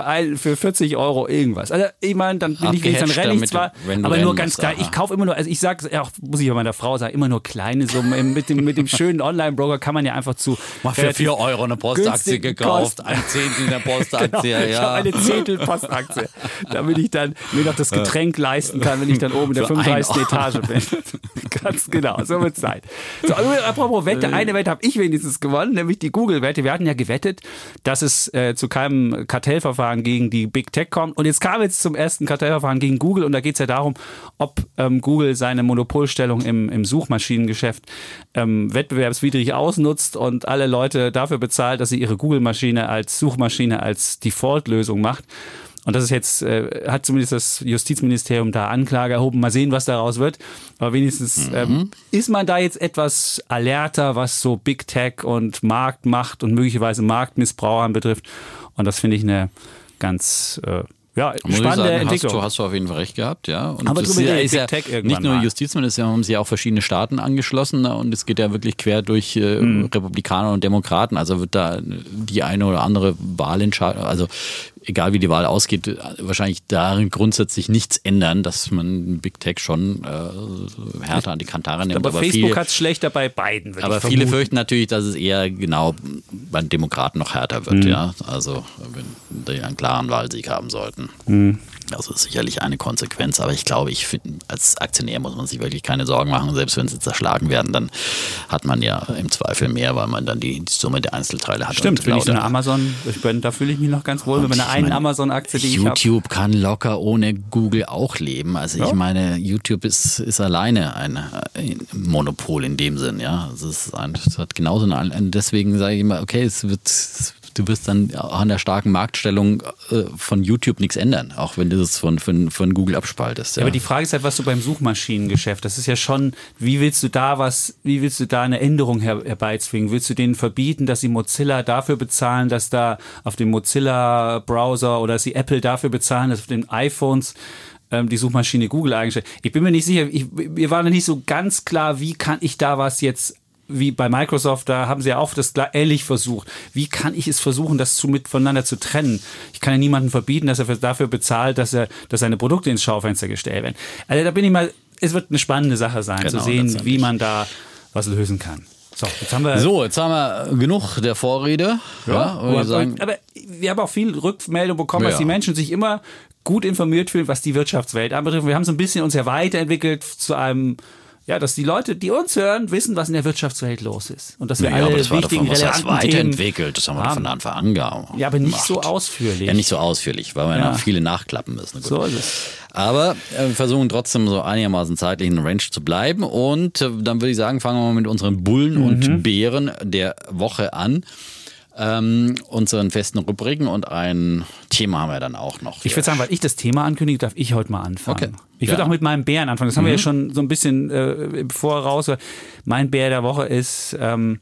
S2: 40 € irgendwas. Also ich meine, dann bin ich wenigstens, dann renne ich zwar, aber nur ganz klein. Ich kaufe immer nur, also ich sage, auch muss ich bei meiner Frau sagen, immer nur kleine Summen. Mit dem schönen Online-Broker kann man ja einfach
S1: mal für 4 € eine Postaktie gekauft, ein Zehntel der Postaktie.
S2: Genau, ich habe eine Zehntel Postaktie, damit ich dann mir noch das Getränk leisten kann, wenn ich dann oben in der 35. Etage bin. Ganz genau, so wird es sein. So, apropos Wette, eine Wette habe ich wenigstens gewonnen, nämlich die Google-Wette. Wir hatten ja gewettet, dass es zu keinem Kartellverfahren gegen die Big Tech kommt. Und jetzt kam es zum ersten Kartellverfahren gegen Google und da geht es ja darum, ob Google seine Monopolstellung im Suchmaschinengeschäft wettbewerbswidrig ausnutzt und alle Leute dafür bezahlt, dass sie ihre Google-Maschine als Suchmaschine als Default-Lösung macht. Und das ist jetzt, hat zumindest das Justizministerium da Anklage erhoben. Mal sehen, was daraus wird. Aber wenigstens ist man da jetzt etwas alerter, was so Big Tech und Marktmacht und möglicherweise Marktmissbrauch anbetrifft. Und das finde ich eine ganz spannende Entwicklung.
S1: Hast du auf jeden Fall recht gehabt, ja. Und
S2: aber
S1: das ist ja nicht nur Justizministerium, haben sie auch verschiedene Staaten angeschlossen und es geht ja wirklich quer durch Republikaner und Demokraten. Also wird da die eine oder andere Wahlentscheidung, also egal wie die Wahl ausgeht, wahrscheinlich darin grundsätzlich nichts ändern, dass man Big Tech schon härter an die Kantare nimmt.
S2: Aber Facebook hat es schlechter bei beiden.
S1: Aber viele fürchten natürlich, dass es eher genau bei den Demokraten noch härter wird. Ja? Also wenn die einen klaren Wahlsieg haben sollten. Das ist sicherlich eine Konsequenz, aber ich glaube, als Aktionär muss man sich wirklich keine Sorgen machen. Selbst wenn sie zerschlagen werden, dann hat man ja im Zweifel mehr, weil man dann die Summe der Einzelteile hat.
S2: Stimmt, wenn ich so eine Amazon, da fühle ich mich noch ganz wohl, mit einer einen Amazon-Aktie, die
S1: YouTube kann locker ohne Google auch leben. Also ich meine, YouTube ist alleine ein Monopol in dem Sinn. Ja, es hat genauso deswegen sage ich immer, okay, du wirst dann auch an der starken Marktstellung von YouTube nichts ändern, auch wenn du das von Google abspaltest. Ja.
S2: Aber die Frage ist halt, was du beim Suchmaschinengeschäft, das ist ja schon, wie willst du da eine Änderung herbeizwingen? Willst du denen verbieten, dass sie Mozilla dafür bezahlen, dass da auf dem Mozilla-Browser oder dass sie Apple dafür bezahlen, dass auf den iPhones die Suchmaschine Google eingestellt? Ich bin mir nicht sicher, mir war noch nicht so ganz klar, wie kann ich da was jetzt wie bei Microsoft, da haben sie ja auch das ähnlich versucht. Wie kann ich es versuchen, das voneinander zu trennen? Ich kann ja niemandem verbieten, dass er dafür bezahlt, dass seine Produkte ins Schaufenster gestellt werden. Also da bin ich mal, es wird eine spannende Sache sein, zu sehen, wie man da was lösen kann. So, jetzt haben wir
S1: genug der Vorrede.
S2: Aber wir haben auch viel Rückmeldung bekommen, dass die Menschen sich immer gut informiert fühlen, was die Wirtschaftswelt anbetrifft. Wir haben so ein bisschen uns ja weiterentwickelt zu einem, dass die Leute, die uns hören, wissen, was in der Wirtschaftswelt los ist. Und dass wir alle wichtigen, relevanten
S1: weiterentwickelt. Das haben wir von Anfang an gemacht.
S2: Ja, aber nicht so ausführlich.
S1: Ja, nicht so ausführlich, weil wir noch viele nachklappen müssen. Gut.
S2: So ist es.
S1: Aber wir versuchen trotzdem so einigermaßen zeitlich in Range zu bleiben. Und dann würde ich sagen, fangen wir mal mit unseren Bullen und Bären der Woche an. Unseren festen Rubriken und ein Thema haben wir dann auch noch.
S2: Ich würde sagen, weil ich das Thema ankündige, darf ich heute mal anfangen.
S1: Okay.
S2: Ich würde auch mit meinem Bären anfangen. Das haben wir ja schon so ein bisschen im Voraus. Mein Bär der Woche ist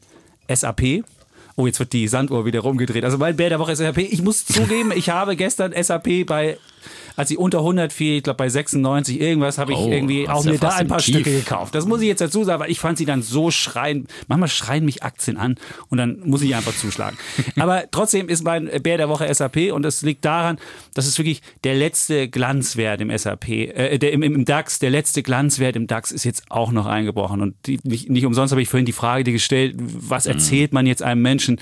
S2: SAP. Oh, jetzt wird die Sanduhr wieder rumgedreht. Also mein Bär der Woche ist SAP. Ich muss zugeben, ich habe gestern SAP als sie unter 100 fiel, ich glaube bei 96 irgendwas, habe ich irgendwie auch mir da ein paar Stücke gekauft. Das muss ich jetzt dazu sagen, weil ich fand sie dann so schreien. Manchmal schreien mich Aktien an und dann muss ich einfach zuschlagen. Aber trotzdem ist mein Bär der Woche SAP und das liegt daran, dass es wirklich der letzte Glanzwert im SAP, im DAX, der letzte Glanzwert im DAX ist jetzt auch noch eingebrochen. Und nicht umsonst habe ich vorhin die Frage gestellt, was erzählt man jetzt einem Menschen,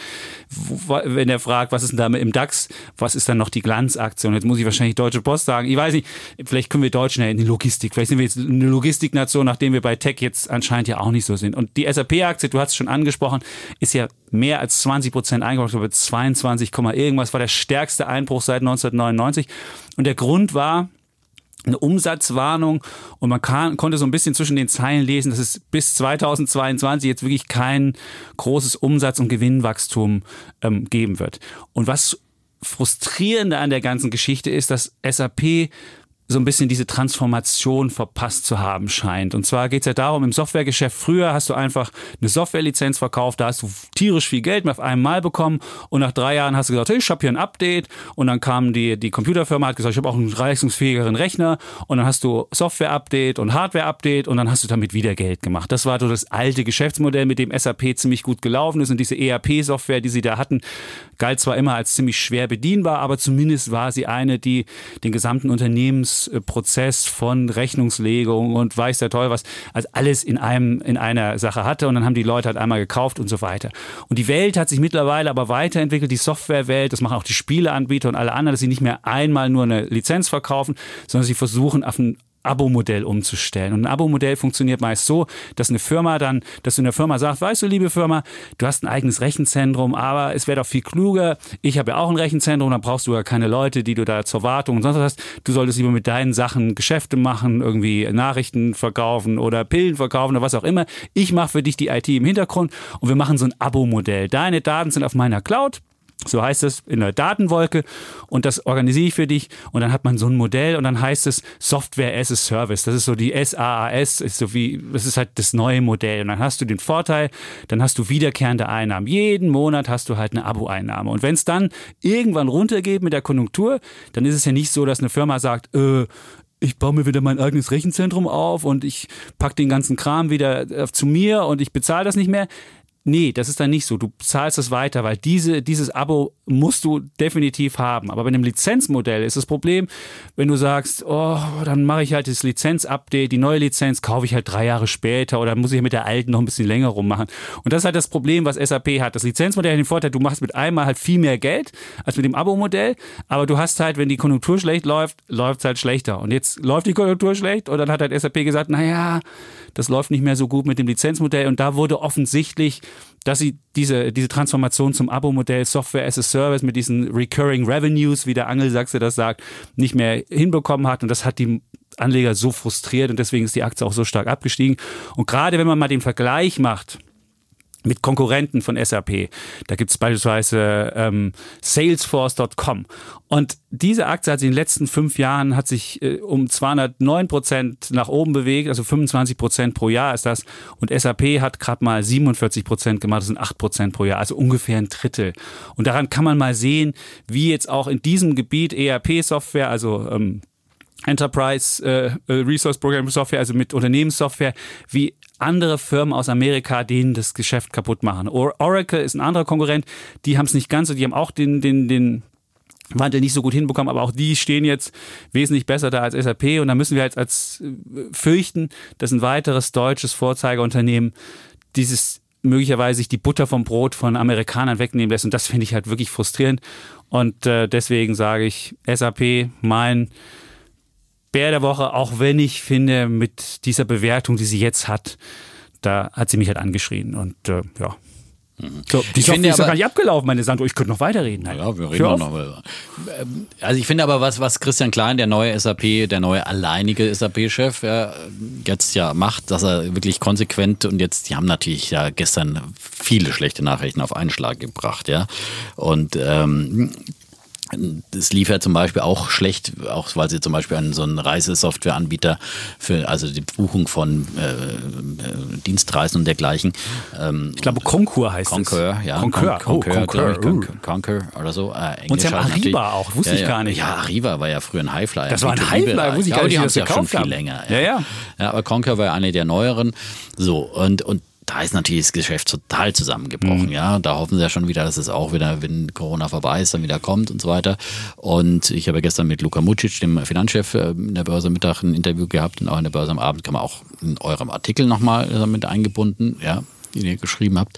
S2: wenn er fragt, was ist denn da im DAX, was ist dann noch die Glanzaktie? Und jetzt muss ich wahrscheinlich Deutsche Post sagen. Ich weiß nicht, vielleicht können wir Deutschen ja in die Logistik. Vielleicht sind wir jetzt eine Logistiknation, nachdem wir bei Tech jetzt anscheinend ja auch nicht so sind. Und die SAP-Aktie, du hast es schon angesprochen, ist ja mehr als 20% eingebrochen. Ich glaube 22, irgendwas war der stärkste Einbruch seit 1999. Und der Grund war eine Umsatzwarnung und man konnte so ein bisschen zwischen den Zeilen lesen, dass es bis 2022 jetzt wirklich kein großes Umsatz- und Gewinnwachstum geben wird. Und was Frustrierende an der ganzen Geschichte ist, dass SAP so ein bisschen diese Transformation verpasst zu haben scheint. Und zwar geht es ja darum, im Softwaregeschäft, früher hast du einfach eine Softwarelizenz verkauft, da hast du tierisch viel Geld auf einmal bekommen und nach 3 Jahren hast du gesagt, hey, ich habe hier ein Update und dann kam die Computerfirma, hat gesagt, ich habe auch einen leistungsfähigeren Rechner und dann hast du Software-Update und Hardware-Update und dann hast du damit wieder Geld gemacht. Das war so das alte Geschäftsmodell, mit dem SAP ziemlich gut gelaufen ist und diese ERP-Software, die sie da hatten, galt zwar immer als ziemlich schwer bedienbar, aber zumindest war sie eine, die den gesamten Unternehmensprozess von Rechnungslegung und weiß der Teufel was, also alles in einer Sache hatte und dann haben die Leute halt einmal gekauft und so weiter. Und die Welt hat sich mittlerweile aber weiterentwickelt, die Softwarewelt, das machen auch die Spieleanbieter und alle anderen, dass sie nicht mehr einmal nur eine Lizenz verkaufen, sondern sie versuchen auf ein Abo-Modell umzustellen. Und ein Abo-Modell funktioniert meist so, dass du in der Firma sagst, weißt du, liebe Firma, du hast ein eigenes Rechenzentrum, aber es wäre doch viel kluger, ich habe ja auch ein Rechenzentrum, dann brauchst du ja keine Leute, die du da zur Wartung und sonst was hast. Du solltest lieber mit deinen Sachen Geschäfte machen, irgendwie Nachrichten verkaufen oder Pillen verkaufen oder was auch immer. Ich mache für dich die IT im Hintergrund und wir machen so ein Abo-Modell. Deine Daten sind auf meiner Cloud. So heißt es in der Datenwolke und das organisiere ich für dich und dann hat man so ein Modell und dann heißt es Software as a Service. Das ist so die SaaS, das ist halt das neue Modell und dann hast du den Vorteil, dann hast du wiederkehrende Einnahmen. Jeden Monat hast du halt eine Abo-Einnahme und wenn es dann irgendwann runtergeht mit der Konjunktur, dann ist es ja nicht so, dass eine Firma sagt, ich baue mir wieder mein eigenes Rechenzentrum auf und ich packe den ganzen Kram wieder zu mir und ich bezahle das nicht mehr. Nee, das ist dann nicht so. Du zahlst es weiter, weil dieses Abo musst du definitiv haben. Aber bei einem Lizenzmodell ist das Problem, wenn du sagst, dann mache ich halt das Lizenz-Update, die neue Lizenz kaufe ich halt 3 Jahre später oder muss ich mit der alten noch ein bisschen länger rummachen. Und das ist halt das Problem, was SAP hat. Das Lizenzmodell hat den Vorteil, du machst mit einmal halt viel mehr Geld als mit dem Abo-Modell, aber du hast halt, wenn die Konjunktur schlecht läuft, läuft es halt schlechter. Und jetzt läuft die Konjunktur schlecht und dann hat halt SAP gesagt, naja, das läuft nicht mehr so gut mit dem Lizenzmodell und da wurde offensichtlich, dass sie diese Transformation zum Abo-Modell Software as a Service mit diesen Recurring Revenues, wie der Angelsachse das sagt, nicht mehr hinbekommen hat und das hat die Anleger so frustriert und deswegen ist die Aktie auch so stark abgestiegen. Und gerade wenn man mal den Vergleich macht mit Konkurrenten von SAP. Da gibt es beispielsweise Salesforce.com. Und diese Aktie hat sich in den letzten 5 Jahren hat sich um 209% nach oben bewegt, also 25% pro Jahr ist das. Und SAP hat gerade mal 47% gemacht, das sind 8% pro Jahr, also ungefähr ein Drittel. Und daran kann man mal sehen, wie jetzt auch in diesem Gebiet ERP-Software, also Enterprise Resource Program Software, also mit Unternehmenssoftware, wie andere Firmen aus Amerika, denen das Geschäft kaputt machen. Oracle ist ein anderer Konkurrent, die haben es nicht ganz so, die haben auch den Wandel nicht so gut hinbekommen, aber auch die stehen jetzt wesentlich besser da als SAP und da müssen wir als fürchten, dass ein weiteres deutsches Vorzeigeunternehmen dieses möglicherweise sich die Butter vom Brot von Amerikanern wegnehmen lässt und das finde ich halt wirklich frustrierend und deswegen sage ich SAP, mein Bär der Woche, auch wenn ich finde, mit dieser Bewertung, die sie jetzt hat, da hat sie mich halt angeschrien und ja. So, die Software ist doch gar nicht abgelaufen, meine Sandro. Ich könnte noch weiterreden.
S1: Ja, wir reden auch noch. Also ich finde aber, was Christian Klein, der neue neue alleinige SAP-Chef, jetzt ja macht, dass er wirklich konsequent und jetzt, die haben natürlich ja gestern viele schlechte Nachrichten auf einen Schlag gebracht, ja. Und das lief ja zum Beispiel auch schlecht, auch weil sie zum Beispiel so einen Reisesoftwareanbieter für also die Buchung von Dienstreisen und dergleichen.
S2: Ich glaube Concur heißt
S1: Concur,
S2: es.
S1: Ja. Concur oder so.
S2: Und sie haben Ariba auch, wusste ich gar nicht.
S1: Ja, Ariba war ja früher ein Highflyer.
S2: Das war ein Highflyer, wusste ich gar nicht,
S1: die haben es ja schon
S2: viel
S1: länger.
S2: Ja,
S1: aber Concur war ja eine der neueren. So, und da ist natürlich das Geschäft total zusammengebrochen, ja. Da hoffen sie ja schon wieder, dass es auch wieder, wenn Corona vorbei ist, dann wieder kommt und so weiter. Und ich habe gestern mit Luka Mucic, dem Finanzchef, in der Börse Mittag ein Interview gehabt und auch in der Börse am Abend kann man auch in eurem Artikel nochmal mit eingebunden, ja, den ihr geschrieben habt.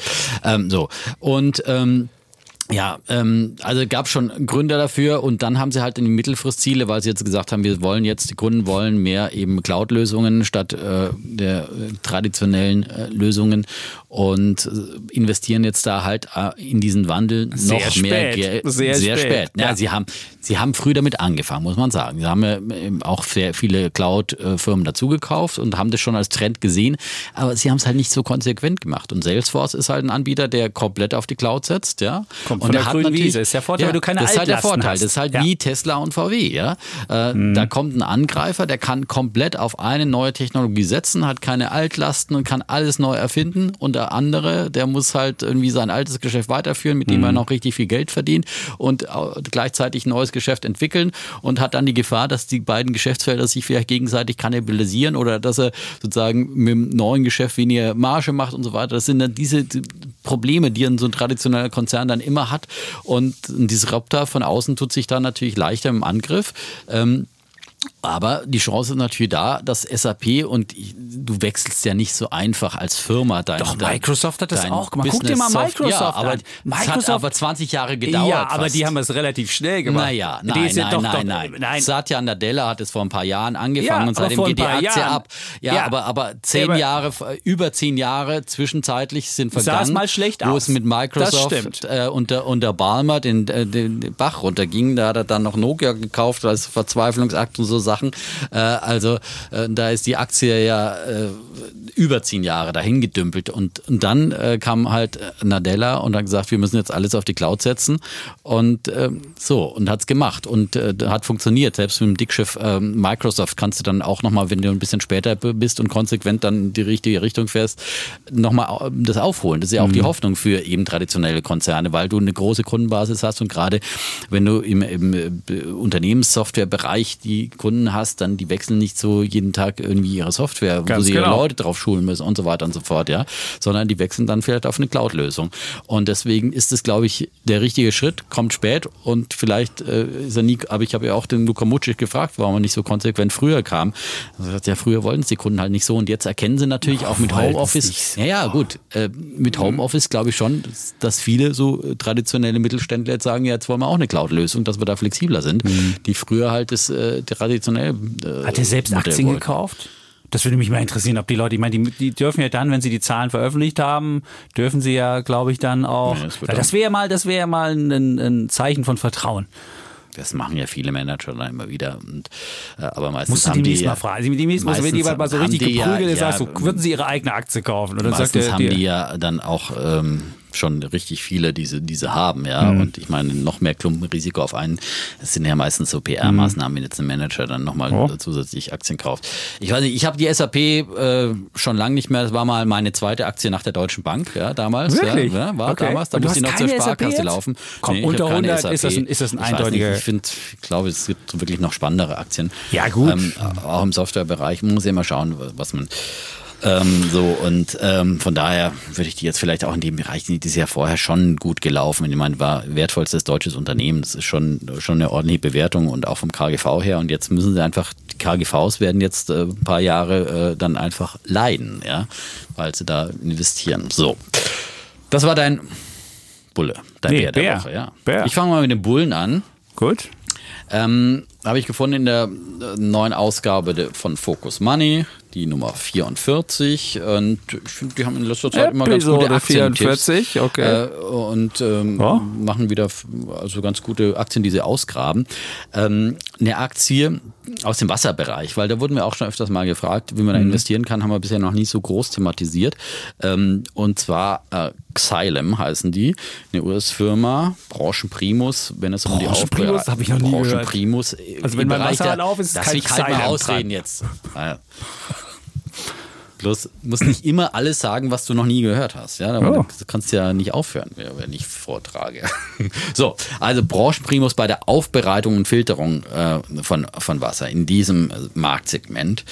S1: Also gab schon Gründe dafür und dann haben sie halt in die Mittelfristziele, weil sie jetzt gesagt haben, die Kunden wollen mehr eben Cloud-Lösungen statt der traditionellen Lösungen und investieren jetzt da halt in diesen Wandel noch mehr Geld. Sehr spät. Ja, sie haben früh damit angefangen, muss man sagen. Sie haben ja auch sehr viele Cloud-Firmen dazugekauft und haben das schon als Trend gesehen, aber sie haben es halt nicht so konsequent gemacht. Und Salesforce ist halt ein Anbieter, der komplett auf die Cloud setzt, ja.
S2: Und der grünen Wiese. Das ist der Vorteil, weil du keine Altlasten hast. Das ist halt der Vorteil. Das ist halt wie Tesla und VW. Ja? Da kommt ein Angreifer, der kann komplett auf eine neue Technologie setzen, hat keine Altlasten und kann alles neu erfinden. Und der andere, der muss halt irgendwie sein altes Geschäft weiterführen, mit dem er noch richtig viel Geld verdient und gleichzeitig ein neues Geschäft entwickeln und hat dann die Gefahr, dass die beiden Geschäftsfelder sich vielleicht gegenseitig kannibalisieren oder dass er sozusagen mit dem neuen Geschäft weniger Marge macht und so weiter. Das sind dann diese Probleme, die so ein traditioneller Konzern dann immer hat. Und ein Disruptor von außen tut sich da natürlich leichter im Angriff. Aber die Chance ist natürlich da, dass SAP und du wechselst ja nicht so einfach als Firma Microsoft hat das auch gemacht. Guck dir mal Microsoft an.
S1: Es hat aber 20 Jahre gedauert.
S2: Ja, aber
S1: fast.
S2: Die haben es relativ schnell gemacht.
S1: Nein. Satya Nadella hat es vor ein paar Jahren angefangen und seitdem geht die Aktie ab. Aber über 10 Jahre zwischenzeitlich sind vergangen.
S2: Sah es mal schlecht
S1: wo es mit Microsoft unter Ballmer den Bach runterging. Da hat er dann noch Nokia gekauft als Verzweiflungsakt und so Sachen. Da ist die Aktie ja über 10 Jahre dahin gedümpelt und dann kam halt Nadella und hat gesagt, wir müssen jetzt alles auf die Cloud setzen und hat es gemacht und hat funktioniert. Selbst mit dem Dickschiff Microsoft kannst du dann auch nochmal, wenn du ein bisschen später bist und konsequent dann in die richtige Richtung fährst, nochmal das aufholen. Das ist ja auch die Hoffnung für eben traditionelle Konzerne, weil du eine große Kundenbasis hast und gerade wenn du im Unternehmenssoftwarebereich die Kunden hast, dann die wechseln nicht so jeden Tag irgendwie ihre Software, wo sie ihre Leute drauf schulen müssen und so weiter und so fort, ja, sondern die wechseln dann vielleicht auf eine Cloud-Lösung. Und deswegen ist es, glaube ich, der richtige Schritt, kommt spät und vielleicht ist er nie, aber ich habe ja auch den Luka Mucic gefragt, warum er nicht so konsequent früher kam. Er sagt, ja, früher wollten es die Kunden halt nicht so und jetzt erkennen sie natürlich auch mit Homeoffice, mit Homeoffice glaube ich schon, dass viele so traditionelle Mittelständler jetzt sagen, ja, jetzt wollen wir auch eine Cloud-Lösung, dass wir da flexibler sind, die früher halt das traditionell
S2: hat er selbst Aktien gekauft? Das würde mich mal interessieren, ob die Leute, ich meine, die dürfen ja dann, wenn sie die Zahlen veröffentlicht haben, dürfen sie ja, glaube ich, dann auch. Ja, das wäre ja mal ein Zeichen von Vertrauen.
S1: Das machen ja viele Manager dann immer wieder. Aber meistens
S2: musst du die mal fragen. Wenn die mal so richtig geprügelt ist, sagst du, würden sie ihre eigene Aktie kaufen? Und dann
S1: meistens haben die ja dann auch schon richtig viele, diese haben, ja. Und ich meine, noch mehr Klumpenrisiko auf einen. Es sind ja meistens so PR-Maßnahmen, wenn jetzt ein Manager dann nochmal zusätzlich Aktien kauft. Ich weiß nicht, ich habe die SAP schon lange nicht mehr. Das war mal meine zweite Aktie nach der Deutschen Bank, ja, damals.
S2: Wirklich?
S1: Ja, war damals. Da musste ich noch zur Sparkasse laufen.
S2: Komm, unter 100 ist das ein eindeutiger.
S1: Ich glaube, es gibt wirklich noch spannendere Aktien.
S2: Ja, gut.
S1: Auch im Softwarebereich. Man muss ja immer schauen, was man Von daher würde ich die jetzt vielleicht auch in dem Bereich, die ist ja vorher schon gut gelaufen. Ich meine, war wertvollstes deutsches Unternehmen. Das ist schon eine ordentliche Bewertung und auch vom KGV her. Und jetzt müssen sie einfach, die KGVs werden jetzt ein paar Jahre dann einfach leiden, ja, weil sie da investieren. So, das war dein Bulle, Bär der Woche. Ja.
S2: Bär.
S1: Ich fange mal mit dem Bullen an.
S2: Gut.
S1: Habe ich gefunden in der neuen Ausgabe von Focus Money, die Nummer 44. Und ich finde, die haben in letzter Zeit immer ganz gute Aktientipps.
S2: 44, okay.
S1: Machen wieder also ganz gute Aktien, die sie ausgraben. Eine Aktie aus dem Wasserbereich, weil da wurden wir auch schon öfters mal gefragt, wie man da investieren kann, haben wir bisher noch nie so groß thematisiert. Und zwar Xylem heißen die, eine US-Firma, Branchenprimus, wenn es um die
S2: Branchenprimus habe ich noch nie gehört.
S1: Branchenprimus.
S2: Also wenn man Wasser auf ist,
S1: das
S2: kein
S1: will ich halt mal ausreden jetzt. Bloß musst nicht immer alles sagen, was du noch nie gehört hast. Ja? Du kannst ja nicht aufhören, wenn ich vortrage. So, also Branchenprimus bei der Aufbereitung und Filterung von Wasser in diesem Marktsegment.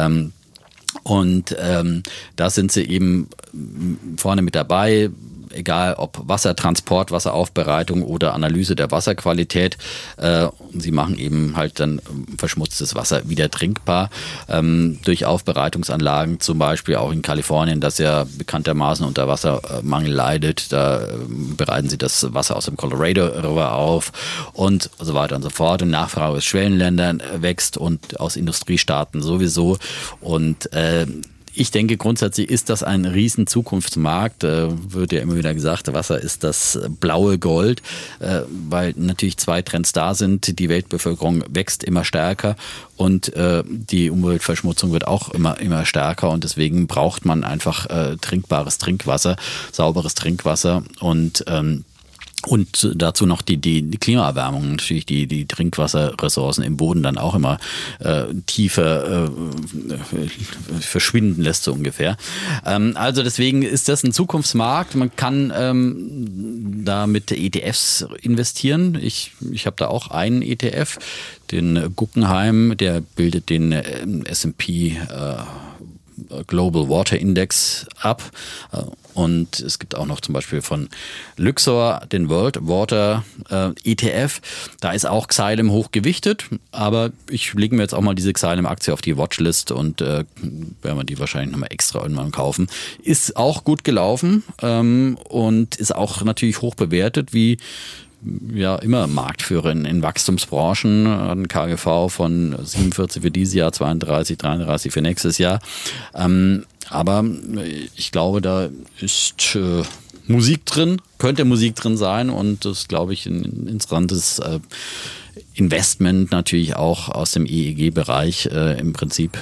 S1: Da sind sie eben vorne mit dabei, egal ob Wassertransport, Wasseraufbereitung oder Analyse der Wasserqualität. Sie machen eben halt dann verschmutztes Wasser wieder trinkbar durch Aufbereitungsanlagen, zum Beispiel auch in Kalifornien, das ja bekanntermaßen unter Wassermangel leidet. Da bereiten sie das Wasser aus dem Colorado River auf und so weiter und so fort. Und Nachfrage aus Schwellenländern wächst und aus Industriestaaten sowieso. Und ich denke, grundsätzlich ist das ein riesen Zukunftsmarkt. Wird ja immer wieder gesagt, Wasser ist das blaue Gold, weil natürlich zwei Trends da sind. Die Weltbevölkerung wächst immer stärker und die Umweltverschmutzung wird auch immer stärker. Und deswegen braucht man einfach trinkbares Trinkwasser, sauberes Trinkwasser und dazu noch die Klimaerwärmung, natürlich die Trinkwasserressourcen im Boden dann auch immer tiefer verschwinden lässt, so ungefähr. Also deswegen ist das ein Zukunftsmarkt. Man kann da mit ETFs investieren. Ich habe da auch einen ETF, den Guggenheim, der bildet den S&P Global Water Index ab. Und es gibt auch noch zum Beispiel von Luxor den World Water ETF. Da ist auch Xylem hochgewichtet, aber ich lege mir jetzt auch mal diese Xylem-Aktie auf die Watchlist und werden wir die wahrscheinlich nochmal extra irgendwann kaufen. Ist auch gut gelaufen und ist auch natürlich hoch bewertet, wie ja immer Marktführer in Wachstumsbranchen, ein KGV von 47 für dieses Jahr, 32, 33 für nächstes Jahr. Aber ich glaube, da ist Musik drin, könnte Musik drin sein und das ist, glaube ich, ein interessantes Investment natürlich auch aus dem EEG-Bereich im Prinzip.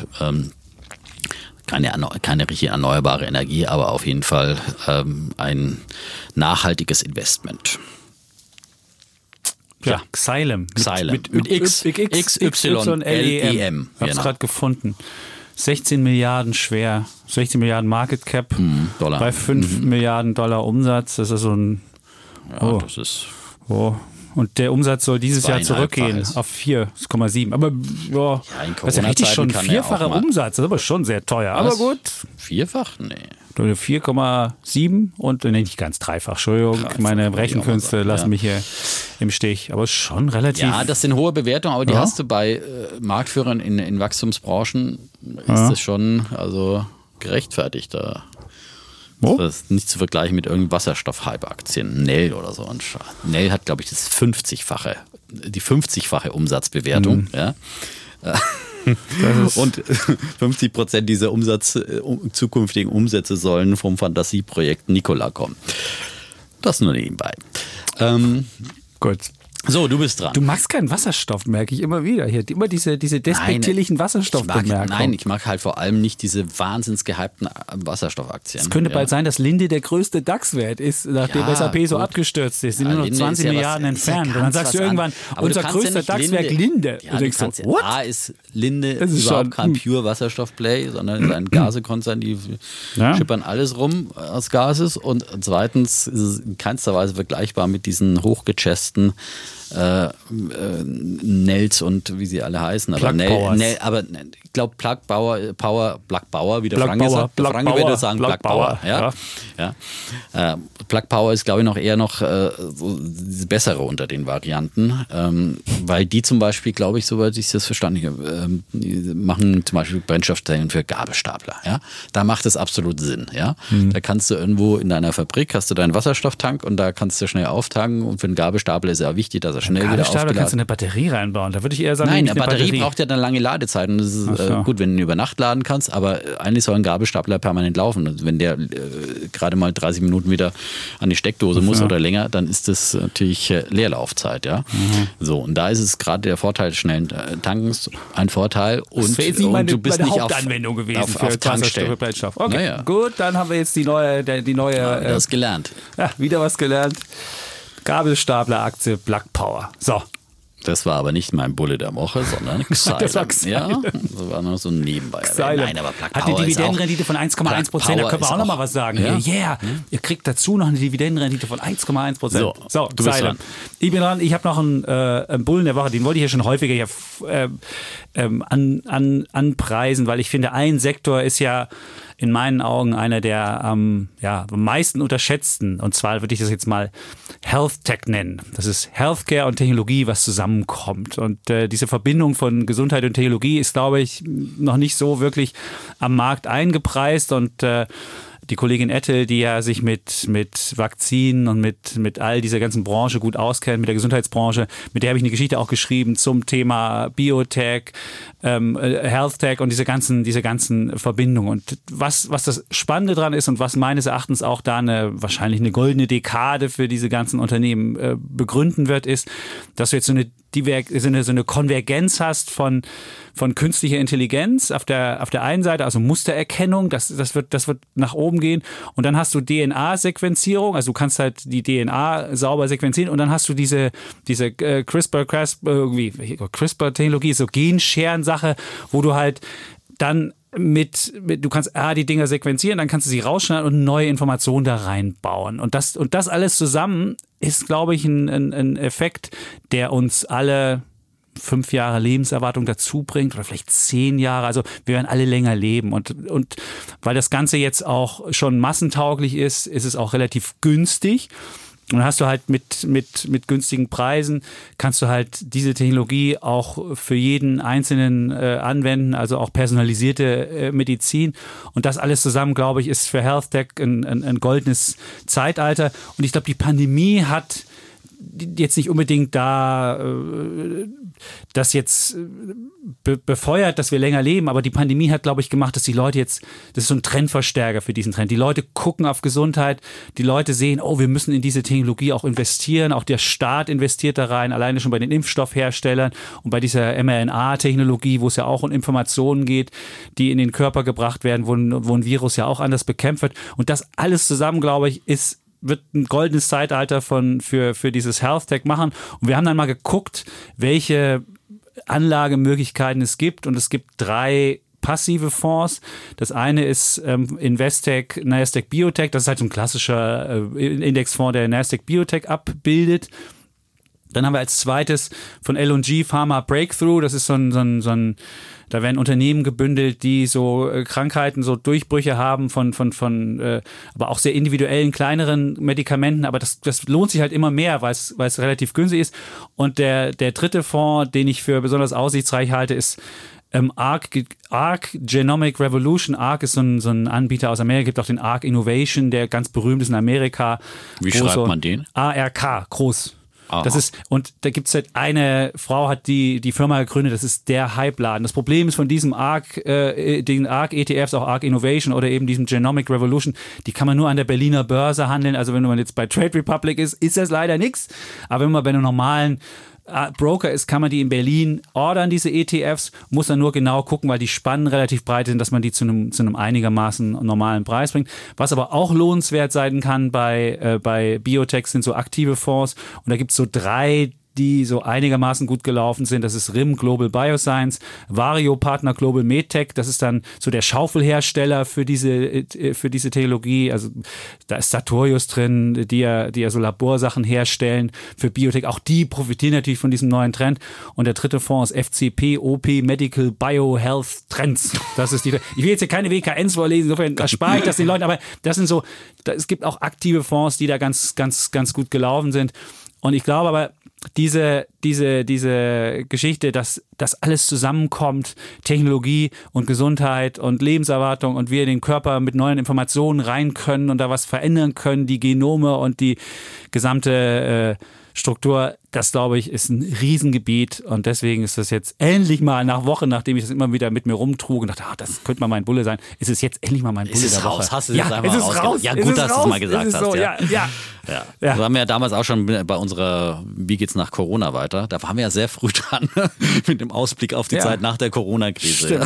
S1: Keine richtig erneuerbare Energie, aber auf jeden Fall ein nachhaltiges Investment.
S2: Ja, Xylem.
S1: Mit X, XYLEM.
S2: Ich habe es gerade gefunden. 16 Milliarden schwer, 16 Milliarden Market Cap
S1: Dollar.
S2: Bei 5 Milliarden Dollar Umsatz. Das ist so ein...
S1: das ist...
S2: Und der Umsatz soll dieses Jahr zurückgehen auf 4,7. Aber das ist ja richtig schon ein vierfacher Umsatz. Das ist aber schon sehr teuer.
S1: Was?
S2: Aber gut.
S1: Vierfach? Nee.
S2: 4,7 und nicht ganz dreifach. Entschuldigung, meine Rechenkünste lassen mich hier im Stich. Aber schon relativ.
S1: Ja, das sind hohe Bewertungen, aber die hast du bei Marktführern in Wachstumsbranchen. Ist das schon gerechtfertigt da. Das ist nicht zu vergleichen mit irgendeinem Wasserstoff-Hype-Aktien, Nell oder so. Und Nell hat, glaube ich, die 50-fache Umsatzbewertung. Ja. Und 50% dieser zukünftigen Umsätze sollen vom Fantasieprojekt Nikola kommen. Das nur nebenbei.
S2: Gut.
S1: So, du bist dran.
S2: Du magst keinen Wasserstoff, merke ich immer wieder. Hier immer diese despektierlichen Wasserstoffbemerkungen.
S1: Nein, ich mag halt vor allem nicht diese wahnsinns gehypten Wasserstoffaktien.
S2: Es könnte bald sein, dass Linde der größte DAX-Wert ist, nachdem SAP so abgestürzt ist. Die sind nur noch 20 Milliarden entfernt. Und dann sagst du irgendwann, unser größter DAX-Wert Linde.
S1: Ja, und denkst so, what? A ist Linde überhaupt kein pure Wasserstoff-Play, sondern ist ein Gasekonzern, die schippern alles rum aus Gases. Und zweitens ist es in keinster Weise vergleichbar mit diesen hochgechessten Nels und wie sie alle heißen. Aber ich glaube Plug Power, wie der Frank sagt. Der Frank würde sagen Plug Power. Ja. Plug Power ist, glaube ich, so die bessere unter den Varianten, weil die zum Beispiel, glaube ich, soweit ich das verstanden habe, die machen zum Beispiel Brennstoffzellen für Gabelstapler. Ja? Da macht es absolut Sinn. Ja? Da kannst du irgendwo in deiner Fabrik, hast du deinen Wasserstofftank und da kannst du schnell auftanken und für einen Gabelstapler ist ja wichtig, dass er schnell wieder aufgeladen wird.
S2: Da kannst du eine Batterie reinbauen. Da würde ich eher sagen,
S1: nein, eine Batterie braucht ja dann lange Ladezeiten. Das ist gut, wenn du ihn über Nacht laden kannst, aber eigentlich soll ein Gabelstapler permanent laufen. Und wenn der gerade mal 30 Minuten wieder an die Steckdose muss oder länger, dann ist das natürlich Leerlaufzeit. Ja? So, und da ist es gerade der Vorteil des schnellen Tankens ein Vorteil.
S2: Das wäre jetzt nicht meine Hauptanwendung gewesen
S1: für Tankstellen.
S2: Okay, gut, dann haben wir jetzt die neue
S1: wieder was gelernt.
S2: Ja, wieder was gelernt. Gabelstapler-Aktie Plug Power. So.
S1: Das war aber nicht mein Bulle der Woche, sondern Xylem.
S2: Das war Xylem.
S1: Ja, das war noch so ein Nebenbei.
S2: Nein, aber Plug Power hat eine Dividendenrendite von 1,1%. Da können wir auch noch mal was sagen. Yeah. Ihr kriegt dazu noch eine Dividendenrendite von 1,1%. So, du bist dran. Ich bin dran. Ich habe noch einen Bullen der Woche. Den wollte ich ja schon häufiger hier anpreisen, weil ich finde, ein Sektor ist ja in meinen Augen einer der am meisten unterschätzten. Und zwar würde ich das jetzt mal Health Tech nennen. Das ist Healthcare und Technologie, was zusammenkommt. Und diese Verbindung von Gesundheit und Technologie ist, glaube ich, noch nicht so wirklich am Markt eingepreist. Und die Kollegin Ettel, die ja sich mit Vakzinen und mit all dieser ganzen Branche gut auskennt, mit der Gesundheitsbranche, mit der habe ich eine Geschichte auch geschrieben zum Thema Biotech, Healthtech und diese ganzen Verbindungen. Und was das Spannende dran ist und was meines Erachtens auch da wahrscheinlich eine goldene Dekade für diese ganzen Unternehmen begründen wird, ist, dass du jetzt so eine Konvergenz hast von künstlicher Intelligenz auf der einen Seite, also Mustererkennung, das wird nach oben gehen, und dann hast du DNA-Sequenzierung, also du kannst halt die DNA sauber sequenzieren, und dann hast du diese CRISPR-Technologie, so Genscheren-Sache, wo du halt dann du kannst die Dinger sequenzieren, dann kannst du sie rausschneiden und neue Informationen da reinbauen. Und das alles zusammen ist, glaube ich, ein Effekt, der uns alle 5 Jahre Lebenserwartung dazu bringt oder vielleicht 10 Jahre. Also wir werden alle länger leben. Und weil das Ganze jetzt auch schon massentauglich ist es auch relativ günstig. Und dann hast du halt mit günstigen Preisen, kannst du halt diese Technologie auch für jeden Einzelnen anwenden, also auch personalisierte Medizin. Und das alles zusammen, glaube ich, ist für Healthtech ein goldenes Zeitalter. Und ich glaube, die Pandemie hat jetzt nicht unbedingt das jetzt befeuert, dass wir länger leben, aber die Pandemie hat, glaube ich, gemacht, dass die Leute jetzt, das ist so ein Trendverstärker für diesen Trend. Die Leute gucken auf Gesundheit, die Leute sehen, wir müssen in diese Technologie auch investieren, auch der Staat investiert da rein, alleine schon bei den Impfstoffherstellern und bei dieser mRNA-Technologie, wo es ja auch um Informationen geht, die in den Körper gebracht werden, wo ein Virus ja auch anders bekämpft wird. Und das alles zusammen, glaube ich, wird ein goldenes Zeitalter für dieses Healthtech machen. Und wir haben dann mal geguckt, welche Anlagemöglichkeiten es gibt. Und es gibt 3 passive Fonds. Das eine ist Investec, Nasdaq Biotech. Das ist halt so ein klassischer Indexfonds, der Nasdaq Biotech abbildet. Dann haben wir als zweites von L&G Pharma Breakthrough. Das ist so ein da werden Unternehmen gebündelt, die so Krankheiten, so Durchbrüche haben von aber auch sehr individuellen, kleineren Medikamenten. Aber das lohnt sich halt immer mehr, weil es relativ günstig ist. Und der dritte Fonds, den ich für besonders aussichtsreich halte, ist ARC Genomic Revolution. ARC ist so ein Anbieter aus Amerika, gibt auch den ARC Innovation, der ganz berühmt ist in Amerika.
S1: Wie schreibt man den?
S2: ARK, groß.
S1: Aha.
S2: Das ist, und da gibt es halt eine Frau, hat die Firma gegründet, das ist der Hype-Laden. Das Problem ist von diesem den ARC-ETFs, auch ARC Innovation oder eben diesem Genomic Revolution, die kann man nur an der Berliner Börse handeln. Also wenn man jetzt bei Trade Republic ist das leider nichts. Aber wenn man bei einem normalen Broker ist, kann man die in Berlin ordern, diese ETFs, muss dann nur genau gucken, weil die Spannen relativ breit sind, dass man die zu einem einigermaßen normalen Preis bringt. Was aber auch lohnenswert sein kann bei Biotech sind so aktive Fonds, und da gibt es so 3, die so einigermaßen gut gelaufen sind. Das ist RIM Global Bioscience, Vario Partner Global Medtech, das ist dann so der Schaufelhersteller für diese Technologie. Also da ist Sartorius drin, die ja so Laborsachen herstellen für Biotech. Auch die profitieren natürlich von diesem neuen Trend. Und der dritte Fonds ist FCP, OP, Medical Biohealth Trends. Das ist ich will jetzt hier keine WKNs vorlesen, insofern erspare ich das den Leuten, aber das sind so, es gibt auch aktive Fonds, die da ganz, ganz, ganz gut gelaufen sind. Und ich glaube aber, diese Geschichte, dass das alles zusammenkommt, Technologie und Gesundheit und Lebenserwartung und wir in den Körper mit neuen Informationen rein können und da was verändern können, die Genome und die gesamte Struktur, das glaube ich, ist ein Riesengebiet und deswegen ist das jetzt endlich mal nach Wochen, nachdem ich das immer wieder mit mir rumtrug und dachte, das könnte mal mein Bulle sein, ist es jetzt endlich mal mein Bulle der Woche.
S1: Hast du jetzt einmal raus? Ja, gut, dass du es mal gesagt hast. So, ja. Das haben wir ja damals auch schon bei unserer Wie geht's nach Corona weiter? Da waren wir ja sehr früh dran mit dem Ausblick auf die Zeit nach der Corona-Krise.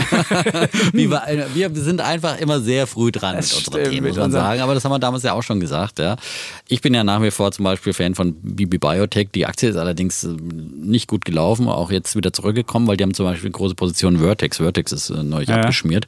S1: Wir sind einfach immer sehr früh dran mit unseren Themen, muss man sagen. Aber das haben wir damals ja auch schon gesagt. Ja. Ich bin ja nach wie vor zum Beispiel Fan von BB Biotech. Die Aktie ist allerdings nicht gut gelaufen, auch jetzt wieder zurückgekommen, weil die haben zum Beispiel eine große Position Vertex. Vertex ist neulich abgeschmiert.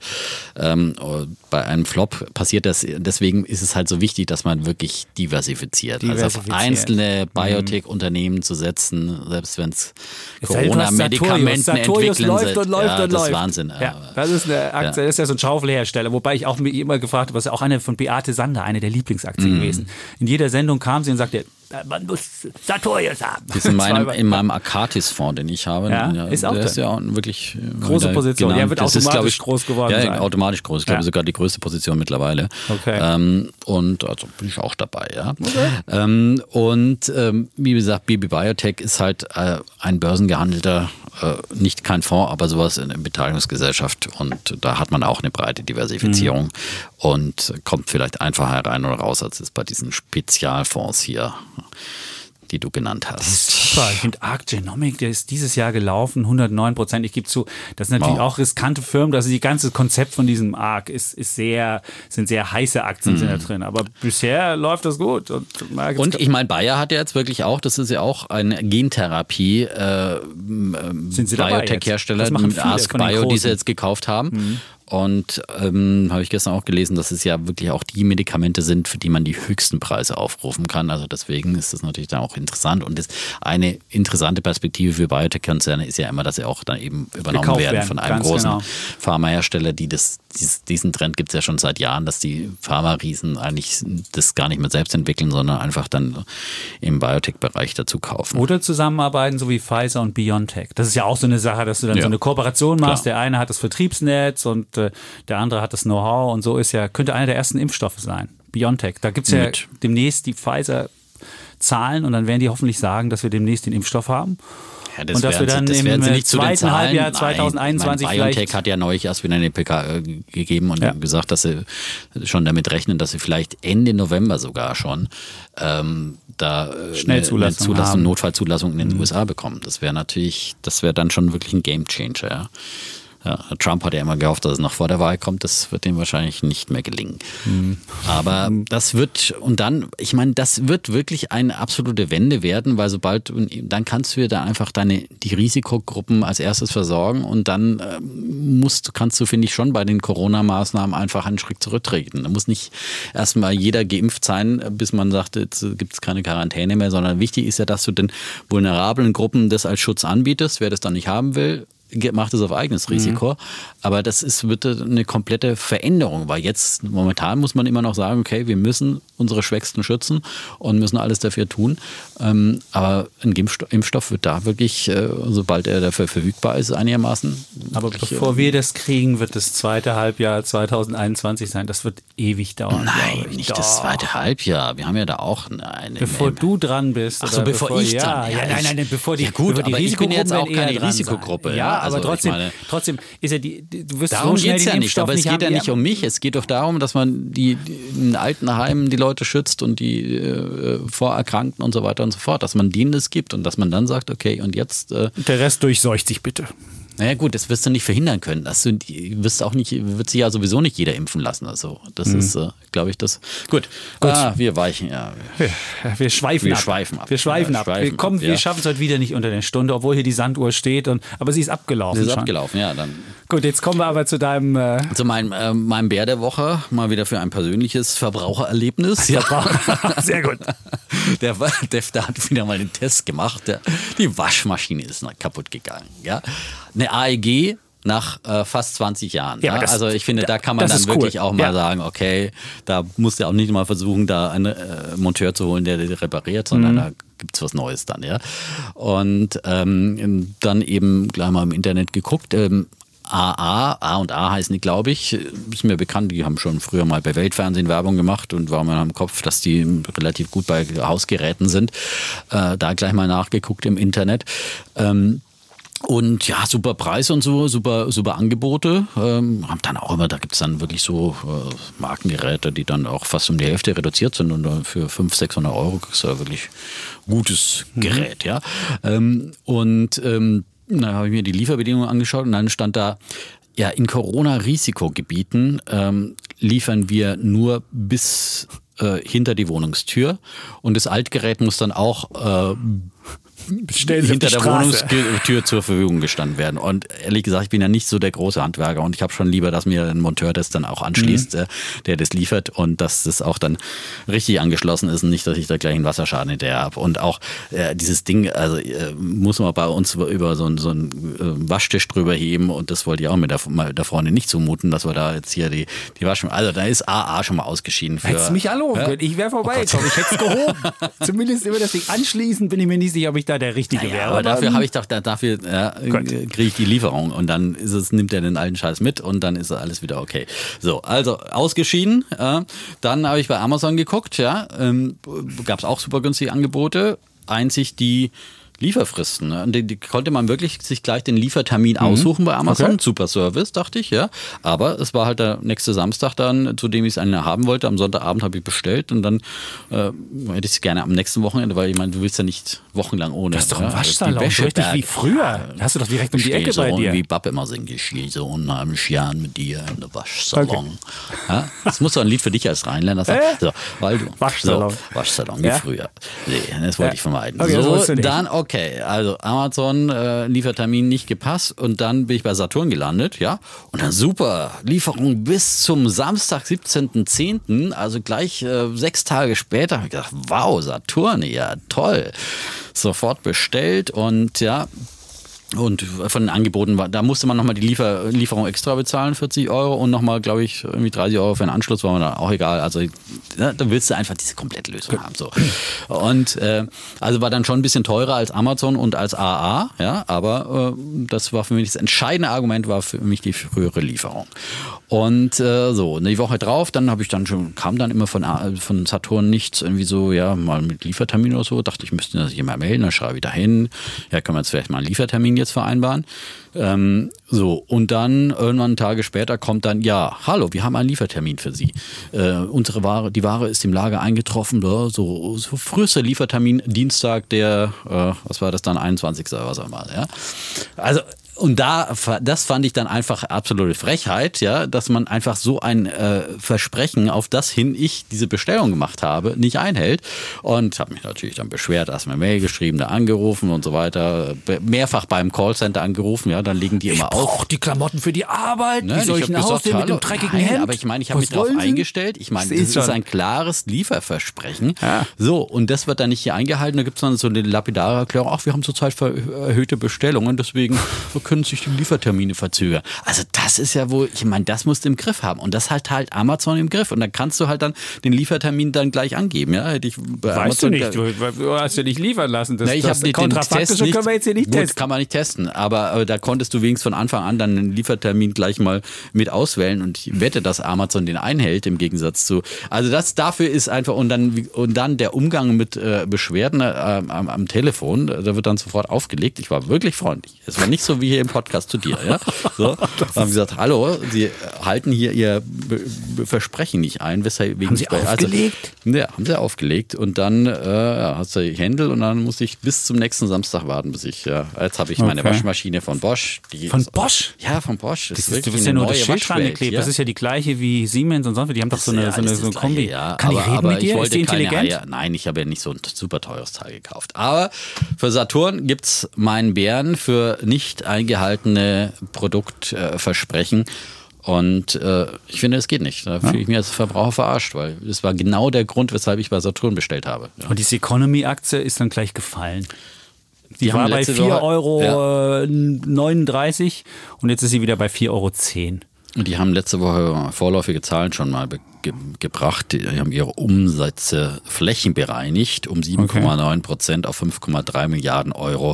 S1: Bei einem Flop passiert das, deswegen ist es halt so wichtig, dass man wirklich diversifiziert. Also auf einzelne Biotech-Unternehmen zu setzen, selbst wenn es Corona-Medikamenten entwickeln
S2: läuft und läuft
S1: das
S2: und läuft.
S1: Ist Wahnsinn.
S2: Ja, das ist eine Aktie, das ist ja so ein Schaufelhersteller, wobei ich auch mich immer gefragt habe, was ist auch eine von Beate Sander, eine der Lieblingsaktien gewesen. In jeder Sendung kam sie und sagte, man muss Sartorius haben.
S1: Das ist in meinem Akatis-Fonds, den ich habe.
S2: Ja, ist auch
S1: der ist ja auch wirklich
S2: große Position.
S1: Genannt.
S2: Der wird
S1: das
S2: automatisch
S1: ist,
S2: groß geworden sein.
S1: Ja, automatisch groß. Ich glaube sogar die größte Position mittlerweile.
S2: Okay.
S1: Und also bin ich auch dabei, ja. Okay. Wie gesagt, BB Biotech ist halt ein börsengehandelter, nicht kein Fonds, aber sowas in der Beteiligungsgesellschaft. Und da hat man auch eine breite Diversifizierung und kommt vielleicht einfacher rein oder raus, als es bei diesen Spezialfonds hier, die du genannt hast.
S2: Das ist super. Ich finde Arc Genomic, der ist dieses Jahr gelaufen, 109%. Ich gebe zu, das sind natürlich auch riskante Firmen. Also die ganze Konzept von diesem Arc sind sehr heiße Aktien sind da drin. Aber bisher läuft das gut. Und
S1: ich meine, Bayer hat ja jetzt wirklich auch, das ist ja auch ein Gentherapie Biotech-Hersteller mit Ask Bio, die sie jetzt gekauft haben. Und habe ich gestern auch gelesen, dass es ja wirklich auch die Medikamente sind, für die man die höchsten Preise aufrufen kann. Also deswegen ist das natürlich dann auch interessant. Und eine interessante Perspektive für Biotech-Konzerne ist ja immer, dass sie auch dann eben übernommen werden von einem großen Pharmahersteller, diesen Trend gibt es ja schon seit Jahren, dass die Pharma-Riesen eigentlich das gar nicht mehr selbst entwickeln, sondern einfach dann im Biotech-Bereich dazu kaufen.
S2: Oder zusammenarbeiten, so wie Pfizer und BioNTech. Das ist ja auch so eine Sache, dass du dann so eine Kooperation machst. Klar. Der eine hat das Vertriebsnetz und der andere hat das Know-how und so könnte einer der ersten Impfstoffe sein. BioNTech. Da gibt es ja demnächst die Pfizer-Zahlen und dann werden die hoffentlich sagen, dass wir demnächst den Impfstoff haben.
S1: Ja, und dass wir dann im
S2: zweiten Halbjahr 2021
S1: BioNTech hat ja neulich erst wieder eine PK gegeben und gesagt, dass sie schon damit rechnen, dass sie vielleicht Ende November sogar schon
S2: Schnellzulassung,
S1: Notfallzulassung in den USA bekommen. Das wäre dann schon wirklich ein Gamechanger. Ja. Ja, Trump hat ja immer gehofft, dass es noch vor der Wahl kommt. Das wird ihm wahrscheinlich nicht mehr gelingen. Aber das wird wirklich eine absolute Wende werden, weil dann kannst du da einfach die Risikogruppen als erstes versorgen und dann kannst du, finde ich, schon bei den Corona-Maßnahmen einfach einen Schritt zurücktreten. Da muss nicht erstmal jeder geimpft sein, bis man sagt, jetzt gibt es keine Quarantäne mehr, sondern wichtig ist ja, dass du den vulnerablen Gruppen das als Schutz anbietest. Wer das dann nicht haben will, macht es auf eigenes Risiko. Aber das wird eine komplette Veränderung, weil jetzt momentan muss man immer noch sagen, okay, wir müssen unsere Schwächsten schützen und müssen alles dafür tun. Aber ein Impfstoff wird da wirklich, sobald er dafür verfügbar ist, einigermaßen.
S2: Aber bevor wir das kriegen, wird das zweite Halbjahr 2021 sein. Das wird ewig dauern.
S1: Nein, nicht das zweite Halbjahr. Wir haben ja da auch
S2: bevor du dran bist.
S1: Ach so, bevor ich dran bin.
S2: Nein, bevor die
S1: aber ich bin jetzt auch keine Risikogruppe.
S2: Ja, aber trotzdem ist ja du wirst
S1: darum
S2: so schnell
S1: geht's ja nicht, aber es geht ja nicht um mich. Es geht doch darum, dass man in Altenheimen die Leute schützt und die Vorerkrankten und so weiter und so fort, dass man denen das gibt und dass man dann sagt, okay, und jetzt...
S2: Der Rest durchseucht sich bitte.
S1: Naja gut, das wirst du nicht verhindern können. Wird sich ja sowieso nicht jeder impfen lassen. Also das ist, glaube ich, das. Gut. Wir weichen, ja.
S2: Wir schweifen ab. Wir schaffen es heute wieder nicht unter der Stunde, obwohl hier die Sanduhr steht. Aber sie ist abgelaufen.
S1: Ja. Dann.
S2: Gut, jetzt kommen wir aber zu deinem...
S1: Zu meinem Bär der Woche. Mal wieder für ein persönliches Verbrauchererlebnis. Ja.
S2: Sehr gut.
S1: Der hat wieder mal den Test gemacht. Die Waschmaschine ist kaputt gegangen. Ja? Eine AEG nach fast 20 Jahren. Ja, also ich finde, da kann man dann wirklich auch mal sagen, okay, da musst du auch nicht mal versuchen, da einen Monteur zu holen, der repariert, sondern da gibt es was Neues dann. Ja? Und dann eben gleich mal im Internet geguckt, A und A heißen die, glaube ich, ist mir bekannt, die haben schon früher mal bei Weltfernsehen Werbung gemacht und war mir im Kopf, dass die relativ gut bei Hausgeräten sind. Da gleich mal nachgeguckt im Internet. Und ja, super Preis und so, super Angebote. Haben dann auch immer, da gibt's dann wirklich so Markengeräte, die dann auch fast um die Hälfte reduziert sind und für 500-600 € kriegst du da wirklich gutes Gerät, ja. Da habe ich mir die Lieferbedingungen angeschaut und dann stand da, ja, in Corona-Risikogebieten liefern wir nur bis hinter die Wohnungstür und das Altgerät muss dann auch hinter der Wohnungstür zur Verfügung gestanden werden. Und ehrlich gesagt, ich bin ja nicht so der große Handwerker und ich habe schon lieber, dass mir ein Monteur das dann auch anschließt, der das liefert und dass das auch dann richtig angeschlossen ist und nicht, dass ich da gleich einen Wasserschaden hinterher habe. Und auch dieses Ding, also muss man bei uns über so einen Waschtisch drüber heben und das wollte ich auch mit der Freundin nicht zumuten, dass wir da jetzt hier die Waschmaschine, also da ist AA schon mal ausgeschieden.
S2: Hättest du mich anrufen können, ich wäre vorbeigekommen, ich hätte es gehoben. Zumindest über das Ding anschließen bin ich mir nicht sicher, ob ich da der Richtige wäre.
S1: Aber dafür kriege ich die Lieferung und dann nimmt er den alten Scheiß mit und dann ist alles wieder okay. So, also ausgeschieden. Dann habe ich bei Amazon geguckt, gab es auch super günstige Angebote. Einzig die Lieferfristen. Ne? Die konnte man wirklich sich gleich den Liefertermin aussuchen bei Amazon. Okay. Super Service, dachte ich, ja. Aber es war halt der nächste Samstag dann, zu dem ich es einen haben wollte. Am Sonntagabend habe ich bestellt und dann hätte ich es gerne am nächsten Wochenende, weil ich meine, du willst ja nicht wochenlang ohne.
S2: Das ist doch ein Waschsalon, richtig wie früher. Hast du doch direkt um die Ecke bei dir.
S1: Wie Bab immer singt, ich stehe so unheimlich Jahren mit dir in der Waschsalon. Okay. Ja? Das muss doch ein Lied für dich als Rheinländer sein. So, weil du,
S2: Waschsalon.
S1: Waschsalon, wie früher. Nee, das wollte ich vermeiden.
S2: Okay,
S1: so, dann, okay, also Amazon, Liefertermin nicht gepasst und dann bin ich bei Saturn gelandet, ja. Und dann super, Lieferung bis zum Samstag, 17.10., also gleich 6 Tage später, habe ich gedacht, wow, Saturn, ja, toll. Sofort bestellt und ja. Und von den Angeboten da musste man nochmal die Lieferung extra bezahlen, 40 € und nochmal, glaube ich, irgendwie 30 € für den Anschluss, war mir dann auch egal. Also da willst du einfach diese Komplettlösung haben. So. Und also war dann schon ein bisschen teurer als Amazon und als AA, ja, aber das war für mich das entscheidende Argument, war für mich die frühere Lieferung. Und so, die Woche drauf, dann kam dann immer von Saturn nichts, irgendwie so, ja, mal mit Liefertermin oder so, dachte ich, müsste das jemand melden, dann schreibe ich da hin, ja, können wir jetzt vielleicht mal einen Liefertermin jetzt vereinbaren. So, und dann irgendwann Tage später kommt dann, ja, hallo, wir haben einen Liefertermin für Sie. Die Ware ist im Lager eingetroffen, so frühester Liefertermin, Dienstag, der, was war das dann, 21. oder was auch immer, ja. Also, und das fand ich dann einfach absolute Frechheit, ja, dass man einfach so ein Versprechen, auf das hin ich diese Bestellung gemacht habe, nicht einhält. Und habe mich natürlich dann beschwert, erstmal Mail geschrieben, da angerufen und so weiter, mehrfach beim Callcenter angerufen, ja, dann legen die immer auf.
S2: Die Klamotten für die Arbeit, wie soll ich nach Hause mit dem dreckigen Hemd?
S1: Aber ich meine, ich habe mich darauf eingestellt. Ich meine, das ist ein klares Lieferversprechen. Ja. So, und das wird dann nicht hier eingehalten. Da gibt es dann so eine lapidare Erklärung, ach, wir haben zurzeit erhöhte Bestellungen, deswegen können sich die Liefertermine verzögern. Also das ist ja wohl, ich meine, das musst du im Griff haben. Und das hat halt Amazon im Griff. Und dann kannst du halt dann den Liefertermin dann gleich angeben. Ja?
S2: Weißt du nicht, du hast ja nicht liefern lassen.
S1: Ich habe den Test nicht,
S2: können wir jetzt hier nicht testen.
S1: Kann man nicht testen. Aber da konntest du wenigstens von Anfang an dann den Liefertermin gleich mal mit auswählen. Und ich wette, dass Amazon den einhält im Gegensatz zu. Also das dafür ist einfach, und dann der Umgang mit Beschwerden am Telefon, da wird dann sofort aufgelegt. Ich war wirklich freundlich. Es war nicht so wie hier im Podcast zu dir, ja. So, haben gesagt, hallo, Sie halten hier Ihr Versprechen nicht ein. Weshalb
S2: haben Sie aufgelegt?
S1: Haben sie aufgelegt und dann hast du Händel und dann muss ich bis zum nächsten Samstag warten, jetzt habe ich meine Waschmaschine von Bosch.
S2: Von Bosch?
S1: Ja, von Bosch.
S2: Du bist ja nur das Schild dran geklebt. Das ist ja die gleiche wie Siemens und sonst. Die haben doch so eine Kombi.
S1: Ja,
S2: kann die reden mit dir? Ist die intelligent?
S1: Nein, ich habe ja nicht so ein super teures Teil gekauft. Aber für Saturn gibt es meinen Bären für nicht eingehaltene Produktversprechen. Und ich finde, es geht nicht. Da fühle ich mich als Verbraucher verarscht, weil das war genau der Grund, weshalb ich bei Saturn bestellt habe. Ja.
S2: Und diese Economy-Aktie ist dann gleich gefallen. Die war bei 4,39 € und jetzt ist sie wieder bei 4,10 €.
S1: Und die haben letzte Woche vorläufige Zahlen schon mal gebracht. Die haben ihre Umsätze flächenbereinigt um 7,9% auf 5,3 Milliarden Euro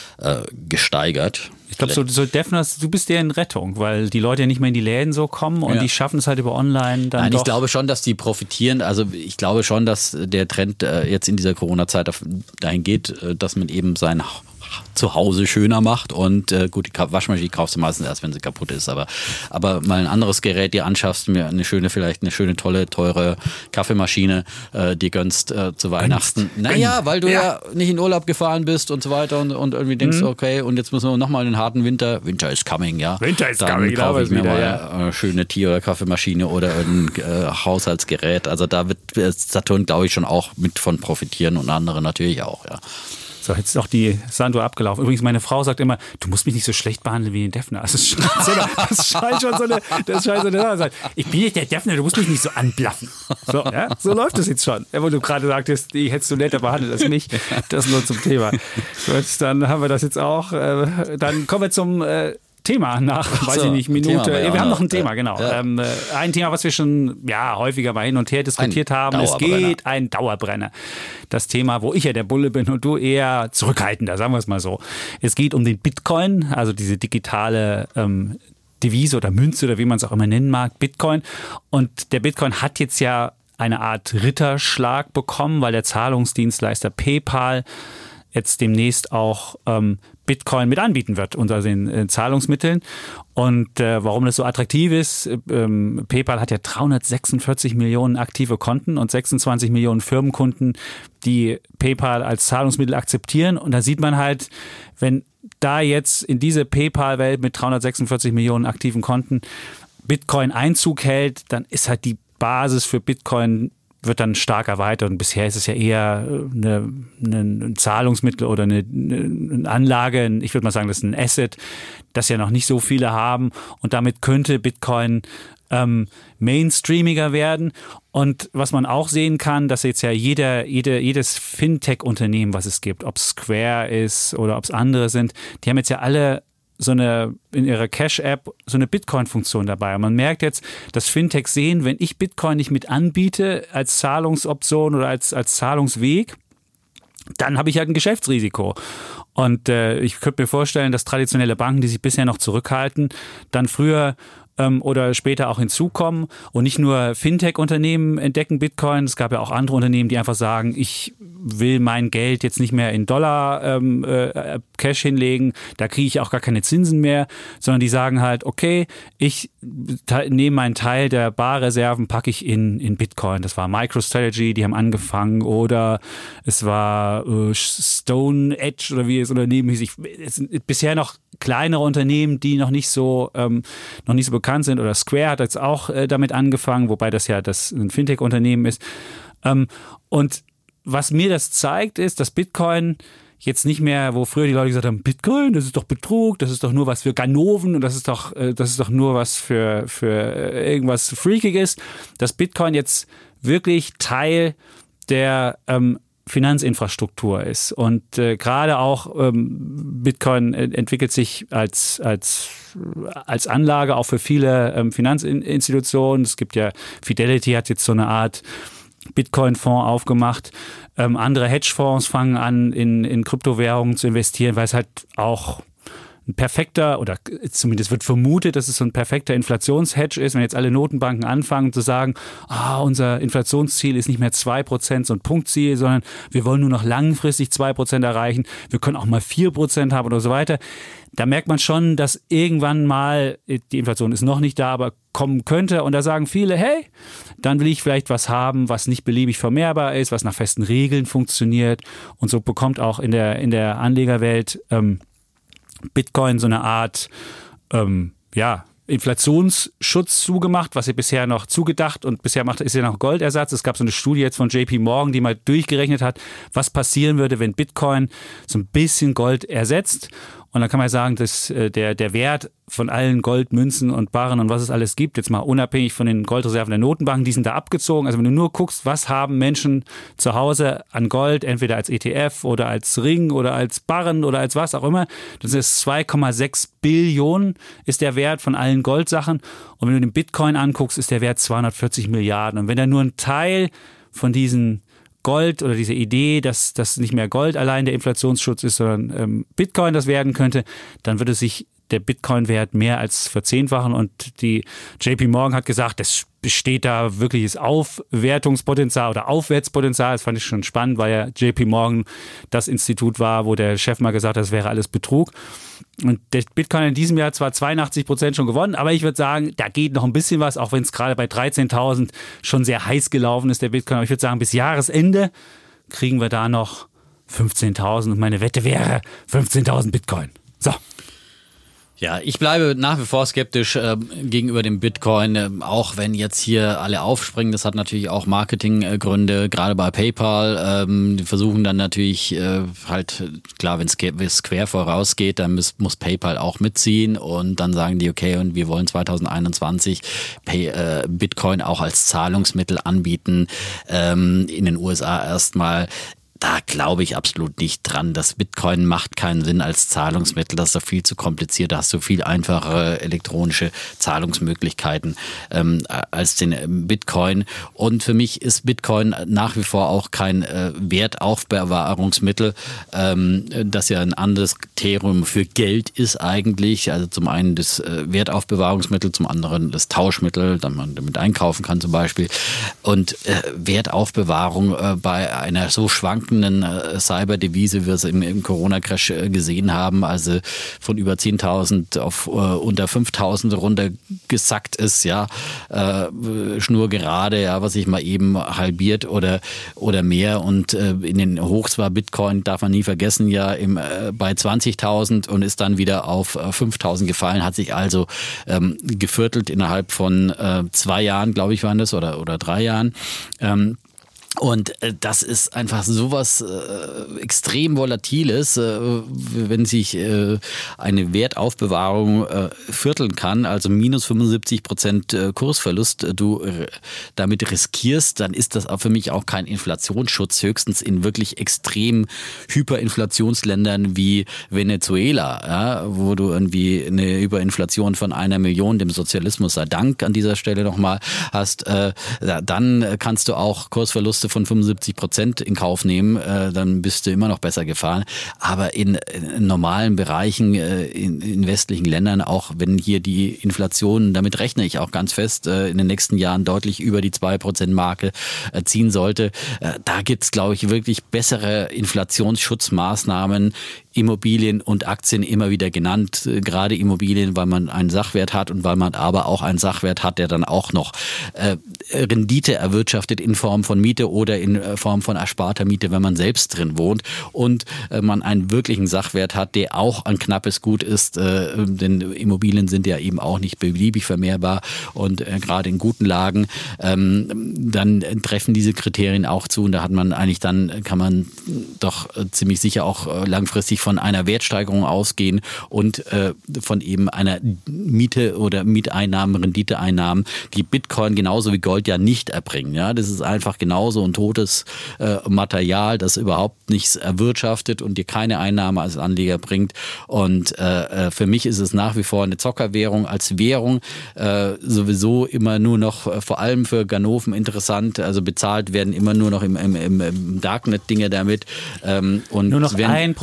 S1: gesteigert.
S2: Ich glaube, so Defner, du bist ja in Rettung, weil die Leute ja nicht mehr in die Läden so kommen und die schaffen es halt über Online dann. Nein,
S1: ich glaube schon, dass die profitieren. Also ich glaube schon, dass der Trend jetzt in dieser Corona-Zeit dahin geht, dass man eben sein Zuhause schöner macht und gut, die Waschmaschine kaufst du meistens erst, wenn sie kaputt ist, aber mal ein anderes Gerät dir anschaffst, mir vielleicht eine schöne, tolle, teure Kaffeemaschine dir gönnst zu Weihnachten. Naja, weil du ja nicht in Urlaub gefahren bist und so weiter und irgendwie denkst, okay, und jetzt müssen wir nochmal einen harten Winter is coming, ja.
S2: Winter is
S1: dann
S2: coming,
S1: kaufe ich mir mal eine schöne Tee- oder Kaffeemaschine oder ein Haushaltsgerät. Also da wird Saturn, glaube ich, schon auch mit von profitieren und andere natürlich auch, ja.
S2: So, jetzt ist auch die Sanduhr abgelaufen. Übrigens, meine Frau sagt immer, du musst mich nicht so schlecht behandeln wie den Defner. Das scheint schon so eine Sache sein. Ich bin nicht der Defner, du musst mich nicht so anblaffen. So läuft das jetzt schon. Wo du gerade sagtest, die hättest du netter behandelt als mich. Das nur zum Thema. Gut, dann haben wir das jetzt auch. Dann kommen wir zum Thema nach, weiß ich nicht, Minute. Wir haben noch ein Thema, genau. Ja. Ein Thema, was wir schon häufiger mal hin und her diskutiert haben. Es geht ein Dauerbrenner. Das Thema, wo ich ja der Bulle bin und du eher zurückhaltender, sagen wir es mal so. Es geht um den Bitcoin, also diese digitale Devise oder Münze oder wie man es auch immer nennen mag, Bitcoin. Und der Bitcoin hat jetzt ja eine Art Ritterschlag bekommen, weil der Zahlungsdienstleister PayPal jetzt demnächst auch Bitcoin mit anbieten wird unter den Zahlungsmitteln. Und warum das so attraktiv ist, PayPal hat ja 346 Millionen aktive Konten und 26 Millionen Firmenkunden, die PayPal als Zahlungsmittel akzeptieren. Und da sieht man halt, wenn da jetzt in diese PayPal-Welt mit 346 Millionen aktiven Konten Bitcoin Einzug hält, dann ist halt die Basis für Bitcoin wird dann stark erweitert. Und bisher ist es ja eher ein Zahlungsmittel oder eine Anlage, ich würde mal sagen, das ist ein Asset, das ja noch nicht so viele haben. Und damit könnte Bitcoin mainstreamiger werden. Und was man auch sehen kann, dass jetzt ja jedes Fintech-Unternehmen, was es gibt, ob es Square ist oder ob es andere sind, die haben jetzt ja alle in ihrer Cash-App so eine Bitcoin-Funktion dabei. Und man merkt jetzt, dass Fintechs sehen, wenn ich Bitcoin nicht mit anbiete als Zahlungsoption oder als Zahlungsweg, dann habe ich halt ein Geschäftsrisiko. Und ich könnte mir vorstellen, dass traditionelle Banken, die sich bisher noch zurückhalten, dann früher oder später auch hinzukommen. Und nicht nur Fintech-Unternehmen entdecken Bitcoin, es gab ja auch andere Unternehmen, die einfach sagen, ich will mein Geld jetzt nicht mehr in Dollar Cash hinlegen, da kriege ich auch gar keine Zinsen mehr, sondern die sagen halt, okay, ich nehme meinen Teil der Barreserven, packe ich in Bitcoin. Das war MicroStrategy, die haben angefangen, oder es war Stone Edge oder wie das Unternehmen hieß. Es sind bisher noch kleinere Unternehmen, die noch nicht so bekannt sind, oder Square hat jetzt auch damit angefangen, wobei das ja ein Fintech-Unternehmen ist. Und was mir das zeigt, ist, dass Bitcoin jetzt nicht mehr, wo früher die Leute gesagt haben, Bitcoin, das ist doch Betrug, das ist doch nur was für Ganoven und das ist doch nur was für irgendwas Freakiges, dass Bitcoin jetzt wirklich Teil der Finanzinfrastruktur ist. Und gerade auch Bitcoin entwickelt sich als Anlage auch für viele Finanzinstitutionen. Es gibt ja, Fidelity hat jetzt so eine Art Bitcoin-Fonds aufgemacht. Andere Hedgefonds fangen an, in Kryptowährungen zu investieren, weil es halt auch ein perfekter, oder zumindest wird vermutet, dass es so ein perfekter Inflationshedge ist, wenn jetzt alle Notenbanken anfangen zu sagen, unser Inflationsziel ist nicht mehr 2%, so ein Punktziel, sondern wir wollen nur noch langfristig 2% erreichen, wir können auch mal 4% haben oder so weiter. Da merkt man schon, dass irgendwann mal, die Inflation ist noch nicht da, aber kommen könnte. Und da sagen viele, hey, dann will ich vielleicht was haben, was nicht beliebig vermehrbar ist, was nach festen Regeln funktioniert. Und so bekommt auch in der Anlegerwelt Bitcoin so eine Art Inflationsschutz zugemacht, was ihr bisher noch zugedacht und bisher macht, ist ja noch Goldersatz. Es gab so eine Studie jetzt von JP Morgan, die mal durchgerechnet hat, was passieren würde, wenn Bitcoin so ein bisschen Gold ersetzt. Und dann kann man sagen, dass der Wert von allen Goldmünzen und Barren und was es alles gibt, jetzt mal unabhängig von den Goldreserven der Notenbanken, die sind da abgezogen. Also wenn du nur guckst, was haben Menschen zu Hause an Gold, entweder als ETF oder als Ring oder als Barren oder als was auch immer, das ist 2,6 Billionen ist der Wert von allen Goldsachen. Und wenn du den Bitcoin anguckst, ist der Wert 240 Milliarden. Und wenn er nur ein Teil von diesen Gold oder diese Idee, dass das nicht mehr Gold allein der Inflationsschutz ist, sondern Bitcoin das werden könnte, dann würde sich der Bitcoin-Wert mehr als verzehnfachen. Und die JP Morgan hat gesagt, es besteht da wirkliches Aufwertungspotenzial oder Aufwärtspotenzial. Das fand ich schon spannend, weil ja JP Morgan das Institut war, wo der Chef mal gesagt hat, das wäre alles Betrug. Und der Bitcoin in diesem Jahr zwar 82% schon gewonnen, aber ich würde sagen, da geht noch ein bisschen was, auch wenn es gerade bei 13.000 schon sehr heiß gelaufen ist, der Bitcoin. Aber ich würde sagen, bis Jahresende kriegen wir da noch 15.000 und meine Wette wäre 15.000 Bitcoin. So.
S1: Ja, ich bleibe nach wie vor skeptisch gegenüber dem Bitcoin, auch wenn jetzt hier alle aufspringen. Das hat natürlich auch Marketinggründe, gerade bei PayPal. Die versuchen dann natürlich klar, wenn es quer vorausgeht, dann muss PayPal auch mitziehen und dann sagen die, okay, und wir wollen 2021 Bitcoin auch als Zahlungsmittel anbieten, in den USA erstmal. Da glaube ich absolut nicht dran. Das Bitcoin macht keinen Sinn als Zahlungsmittel. Das ist doch viel zu kompliziert. Da hast du viel einfachere elektronische Zahlungsmöglichkeiten als den Bitcoin. Und für mich ist Bitcoin nach wie vor auch kein Wertaufbewahrungsmittel, das ja ein anderes Kriterium für Geld ist eigentlich. Also zum einen das Wertaufbewahrungsmittel, zum anderen das Tauschmittel, das man damit einkaufen kann zum Beispiel. Und Wertaufbewahrung bei einer so schwankenden Cyberdevise, wie wir es im Corona-Crash gesehen haben, also von über 10.000 auf unter 5.000 runtergesackt ist, ja, schnurgerade, ja, was sich mal eben halbiert oder mehr. Und in den Hochs war Bitcoin, darf man nie vergessen, ja bei 20.000 und ist dann wieder auf 5.000 gefallen, hat sich also geviertelt innerhalb von 2 Jahren, glaube ich, waren das, oder 3 Jahren. Und das ist einfach sowas extrem Volatiles, wenn sich eine Wertaufbewahrung vierteln kann, also minus 75% Kursverlust du damit riskierst, dann ist das auch für mich auch kein Inflationsschutz, höchstens in wirklich extrem Hyperinflationsländern wie Venezuela, ja, wo du irgendwie eine Hyperinflation von 1 Million, dem Sozialismus sei Dank an dieser Stelle nochmal hast, dann kannst du auch Kursverluste von 75% in Kauf nehmen, dann bist du immer noch besser gefahren. Aber in normalen Bereichen, in westlichen Ländern, auch wenn hier die Inflation, damit rechne ich auch ganz fest, in den nächsten Jahren deutlich über die 2%-Marke ziehen sollte, da gibt's, glaube ich, wirklich bessere Inflationsschutzmaßnahmen, Immobilien und Aktien immer wieder genannt, gerade Immobilien, weil man einen Sachwert hat und weil man aber auch einen Sachwert hat, der dann auch noch Rendite erwirtschaftet in Form von Miete oder in Form von ersparter Miete, wenn man selbst drin wohnt und man einen wirklichen Sachwert hat, der auch ein knappes Gut ist, denn Immobilien sind ja eben auch nicht beliebig vermehrbar und gerade in guten Lagen, dann treffen diese Kriterien auch zu und da hat man eigentlich dann, kann man doch ziemlich sicher auch langfristig von einer Wertsteigerung ausgehen und von eben einer Miete oder Mieteinnahmen, Renditeeinnahmen, die Bitcoin genauso wie Gold ja nicht erbringen. Ja, das ist einfach genauso ein totes Material, das überhaupt nichts erwirtschaftet und dir keine Einnahme als Anleger bringt. Und für mich ist es nach wie vor eine Zockerwährung als Währung sowieso immer nur noch vor allem für Ganoven interessant. Also bezahlt werden immer nur noch im Darknet Dinge damit.
S2: Und nur noch 1% der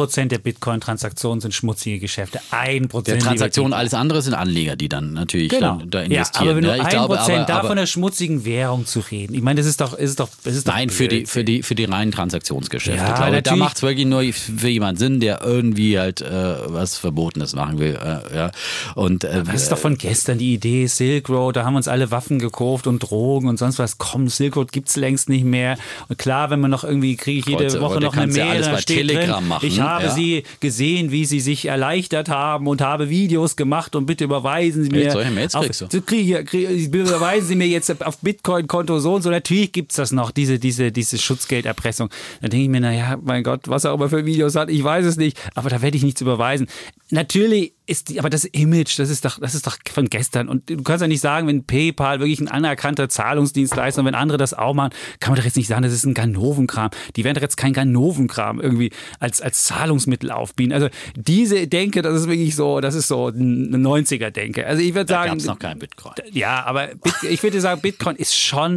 S2: Bitcoin-Transaktionen sind schmutzige Geschäfte. 1%.
S1: Der Transaktionen, alles andere sind Anleger, die dann natürlich da investieren.
S2: Ja, aber wenn
S1: du
S2: 1% da von der schmutzigen Währung zu reden, ich meine, das ist doch
S1: nein, für die reinen Transaktionsgeschäfte.
S2: Ja,
S1: ich glaube, da macht es wirklich nur für jemanden Sinn, der irgendwie halt was Verbotenes machen will. Und
S2: das ist doch von gestern die Idee, Silk Road, da haben uns alle Waffen gekauft und Drogen und sonst was. Komm, Silk Road gibt es längst nicht mehr. Und klar, wenn man noch irgendwie, kriege ich jede Woche noch eine Mail, da steht drin, ich habe sie gesehen, wie sie sich erleichtert haben und habe Videos gemacht und bitte überweisen Sie mir.
S1: Solche Mails kriegst du.
S2: Überweisen Sie mir jetzt auf Bitcoin-Konto so und so. Natürlich gibt es das noch, diese Schutzgelderpressung. Da denke ich mir, naja, mein Gott, was er immer für Videos hat, ich weiß es nicht, aber da werde ich nichts überweisen. Natürlich aber das Image, das ist doch von gestern. Und du kannst ja nicht sagen, wenn PayPal wirklich ein anerkannter Zahlungsdienstleister und wenn andere das auch machen, kann man doch jetzt nicht sagen, das ist ein Ganovenkram. Die werden doch jetzt kein Ganovenkram irgendwie als Zahlungsmittel aufbieten. Also diese Denke, das ist wirklich so, das ist so eine 90er-Denke. Also ich würde sagen,
S1: da gab es noch kein Bitcoin.
S2: Ja, aber ich würde sagen, Bitcoin ist schon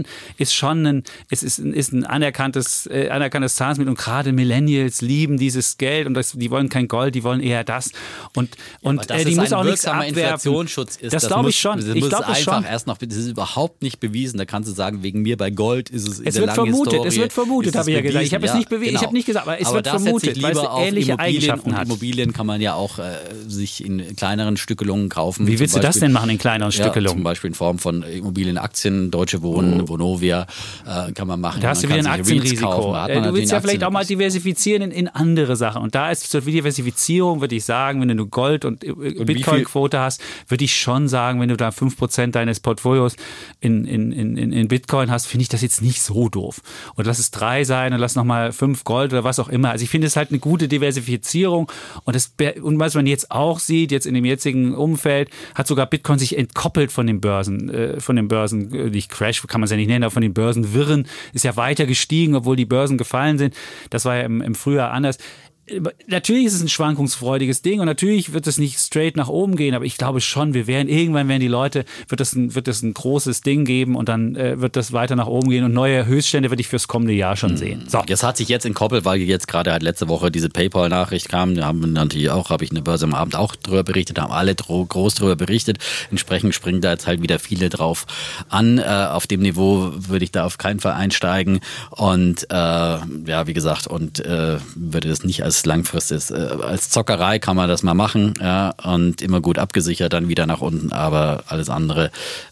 S2: ein anerkanntes Zahlungsmittel und gerade Millennials lieben dieses Geld und die wollen kein Gold, die wollen eher das. Und die muss auch nichts abwerfen.
S1: Inflationsschutz ist.
S2: Das glaube ich schon.
S1: Ich glaube das schon. Das ist überhaupt nicht bewiesen. Da kannst du sagen, wegen mir bei Gold ist es in der langen Historie.
S2: Es wird vermutet, habe ich ja gesagt. Ich habe es nicht bewiesen. Genau. Ich habe nicht gesagt, aber es wird vermutet, weil es ähnliche Eigenschaften hat.
S1: Immobilien kann man ja auch sich in kleineren Stückelungen kaufen.
S2: Wie willst du das denn machen in kleineren Stückelungen?
S1: Zum Beispiel in Form von Immobilienaktien, Deutsche Wohnen, Vonovia kann man machen.
S2: Da hast du wieder ein Aktienrisiko. Du willst ja vielleicht auch mal diversifizieren in andere Sachen. Und da ist zur Diversifizierung, würde ich sagen, wenn du Gold und Bitcoin-Quote hast, würde ich schon sagen, wenn du da 5% deines Portfolios in Bitcoin hast, finde ich das jetzt nicht so doof. Und lass es 3 sein und lass nochmal 5 Gold oder was auch immer. Also ich finde es halt eine gute Diversifizierung und was man jetzt auch sieht, jetzt in dem jetzigen Umfeld, hat sogar Bitcoin sich entkoppelt von den Börsen, nicht Crash, kann man es ja nicht nennen, aber von den Börsenwirren, ist ja weiter gestiegen, obwohl die Börsen gefallen sind. Das war ja im Frühjahr anders. Natürlich ist es ein schwankungsfreudiges Ding und natürlich wird es nicht straight nach oben gehen, aber ich glaube schon, irgendwann werden die Leute, wird es ein großes Ding geben und dann wird das weiter nach oben gehen und neue Höchststände würde ich fürs kommende Jahr schon sehen.
S1: So. Das hat sich jetzt entkoppelt, weil jetzt gerade halt letzte Woche diese PayPal-Nachricht kam, da haben natürlich auch, habe ich in der Börse am Abend auch drüber berichtet, da haben alle groß drüber berichtet, entsprechend springen da jetzt halt wieder viele drauf an, auf dem Niveau würde ich da auf keinen Fall einsteigen und wie gesagt, und würde das nicht als langfristig, als Zockerei kann man das mal machen, ja, und immer gut abgesichert dann wieder nach unten, aber alles andere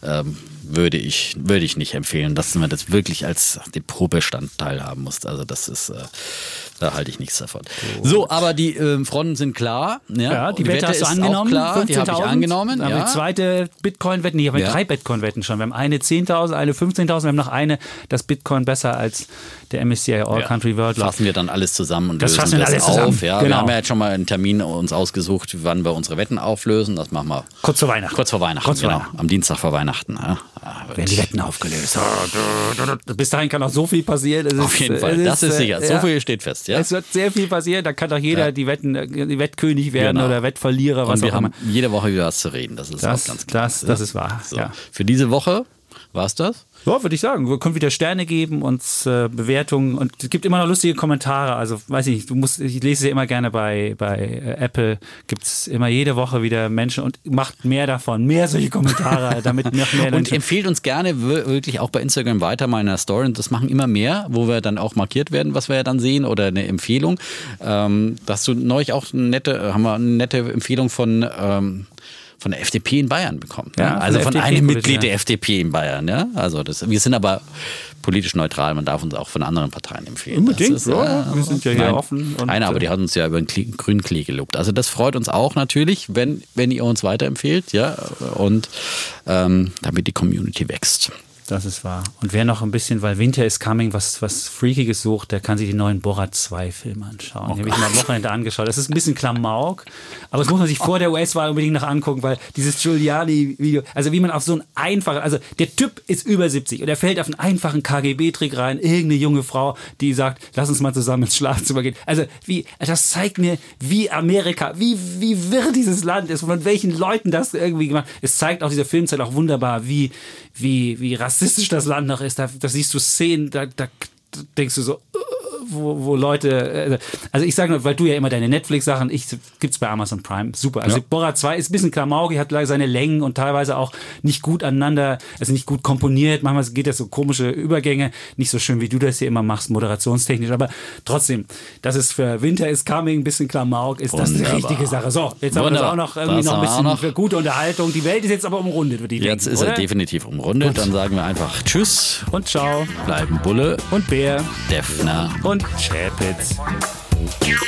S1: würde ich nicht empfehlen, dass man das wirklich als Depotbestandteil haben muss. Also das ist, da halte ich nichts davon. So, aber die Fronten sind klar. Ja,
S2: die Wette hast du angenommen.
S1: Klar, die habe ich angenommen.
S2: Dann haben wir die zweite Bitcoin-Wette. Wir haben 3 Bitcoin-Wetten schon. Wir haben eine 10.000, eine 15.000. Wir haben noch eine, das Bitcoin besser als der MSCI All Country World.
S1: Fassen wir dann alles zusammen und lösen das auf. Ja, genau. Wir haben ja jetzt schon mal einen Termin uns ausgesucht, wann wir unsere Wetten auflösen. Das machen wir
S2: kurz vor Weihnachten.
S1: Genau. Am Dienstag vor Weihnachten. Ja.
S2: Werden die Wetten aufgelöst. Bis dahin kann noch so viel passieren.
S1: Auf jeden Fall, das ist sicher. So viel steht fest. Ja?
S2: Es wird sehr viel passieren. Da kann doch jeder die Wettkönig werden oder Wettverlierer, was auch immer.
S1: Und wir haben jede Woche über was zu reden. Das ist auch ganz klar.
S2: Das ist wahr.
S1: So. Ja. Für diese Woche war es das?
S2: Ja, würde ich sagen. Wir können wieder Sterne geben, uns Bewertungen und es gibt immer noch lustige Kommentare. Also, weiß ich nicht, ich lese sie immer gerne bei Apple. Gibt es immer jede Woche wieder Menschen und macht mehr davon, mehr solche Kommentare, damit noch mehr Menschen.
S1: Und empfiehlt uns gerne wirklich auch bei Instagram weiter mal in der Story. Und das machen immer mehr, wo wir dann auch markiert werden, was wir ja dann sehen oder eine Empfehlung. Dass du neulich auch haben wir eine nette Empfehlung von der FDP in Bayern bekommen. Ja, also von einem Mitglied der FDP in Bayern. Ja? Also wir sind aber politisch neutral, man darf uns auch von anderen Parteien empfehlen.
S2: Unbedingt, wir sind ja hier offen.
S1: Aber die hat uns ja über den grünen Klee gelobt. Also das freut uns auch natürlich, wenn ihr uns weiterempfehlt, ja, und damit die Community wächst.
S2: Das ist wahr. Und wer noch ein bisschen, weil Winter is Coming, was Freakiges sucht, der kann sich die neuen Borat 2 Filme anschauen. Die habe ich mir am Wochenende angeschaut. Das ist ein bisschen Klamauk, aber das muss man sich vor der US-Wahl unbedingt noch angucken, weil dieses Giuliani-Video, also wie man auf so einen einfachen, also der Typ ist über 70 und er fällt auf einen einfachen KGB-Trick rein, irgendeine junge Frau, die sagt, lass uns mal zusammen ins Schlafzimmer gehen. Also das zeigt mir, wie Amerika, wie wirr dieses Land ist, von welchen Leuten das irgendwie gemacht. Es zeigt auch, dieser Film zeigt auch wunderbar, wie rassistisch das Land noch ist. Da siehst du Szenen, da denkst du so, wo Leute, also ich sage nur, weil du ja immer deine Netflix-Sachen, gibt's bei Amazon Prime, super. Also Borat 2 ist ein bisschen klamaukig, hat leider seine Längen und teilweise auch nicht gut aneinander, also nicht gut komponiert, manchmal geht das so komische Übergänge, nicht so schön, wie du das hier immer machst, moderationstechnisch, aber trotzdem, das ist für Winter is Coming, ein bisschen Klamauk, ist das die richtige Sache. So, jetzt haben wir das auch noch irgendwie noch ein bisschen für gute Unterhaltung. Die Welt ist jetzt aber umrundet, würde ich denken.
S1: Jetzt ist er definitiv umrundet. Gut. Dann sagen wir einfach Tschüss
S2: und Ciao.
S1: Bleiben Bulle
S2: und Bär,
S1: Defner
S2: und Chapitz.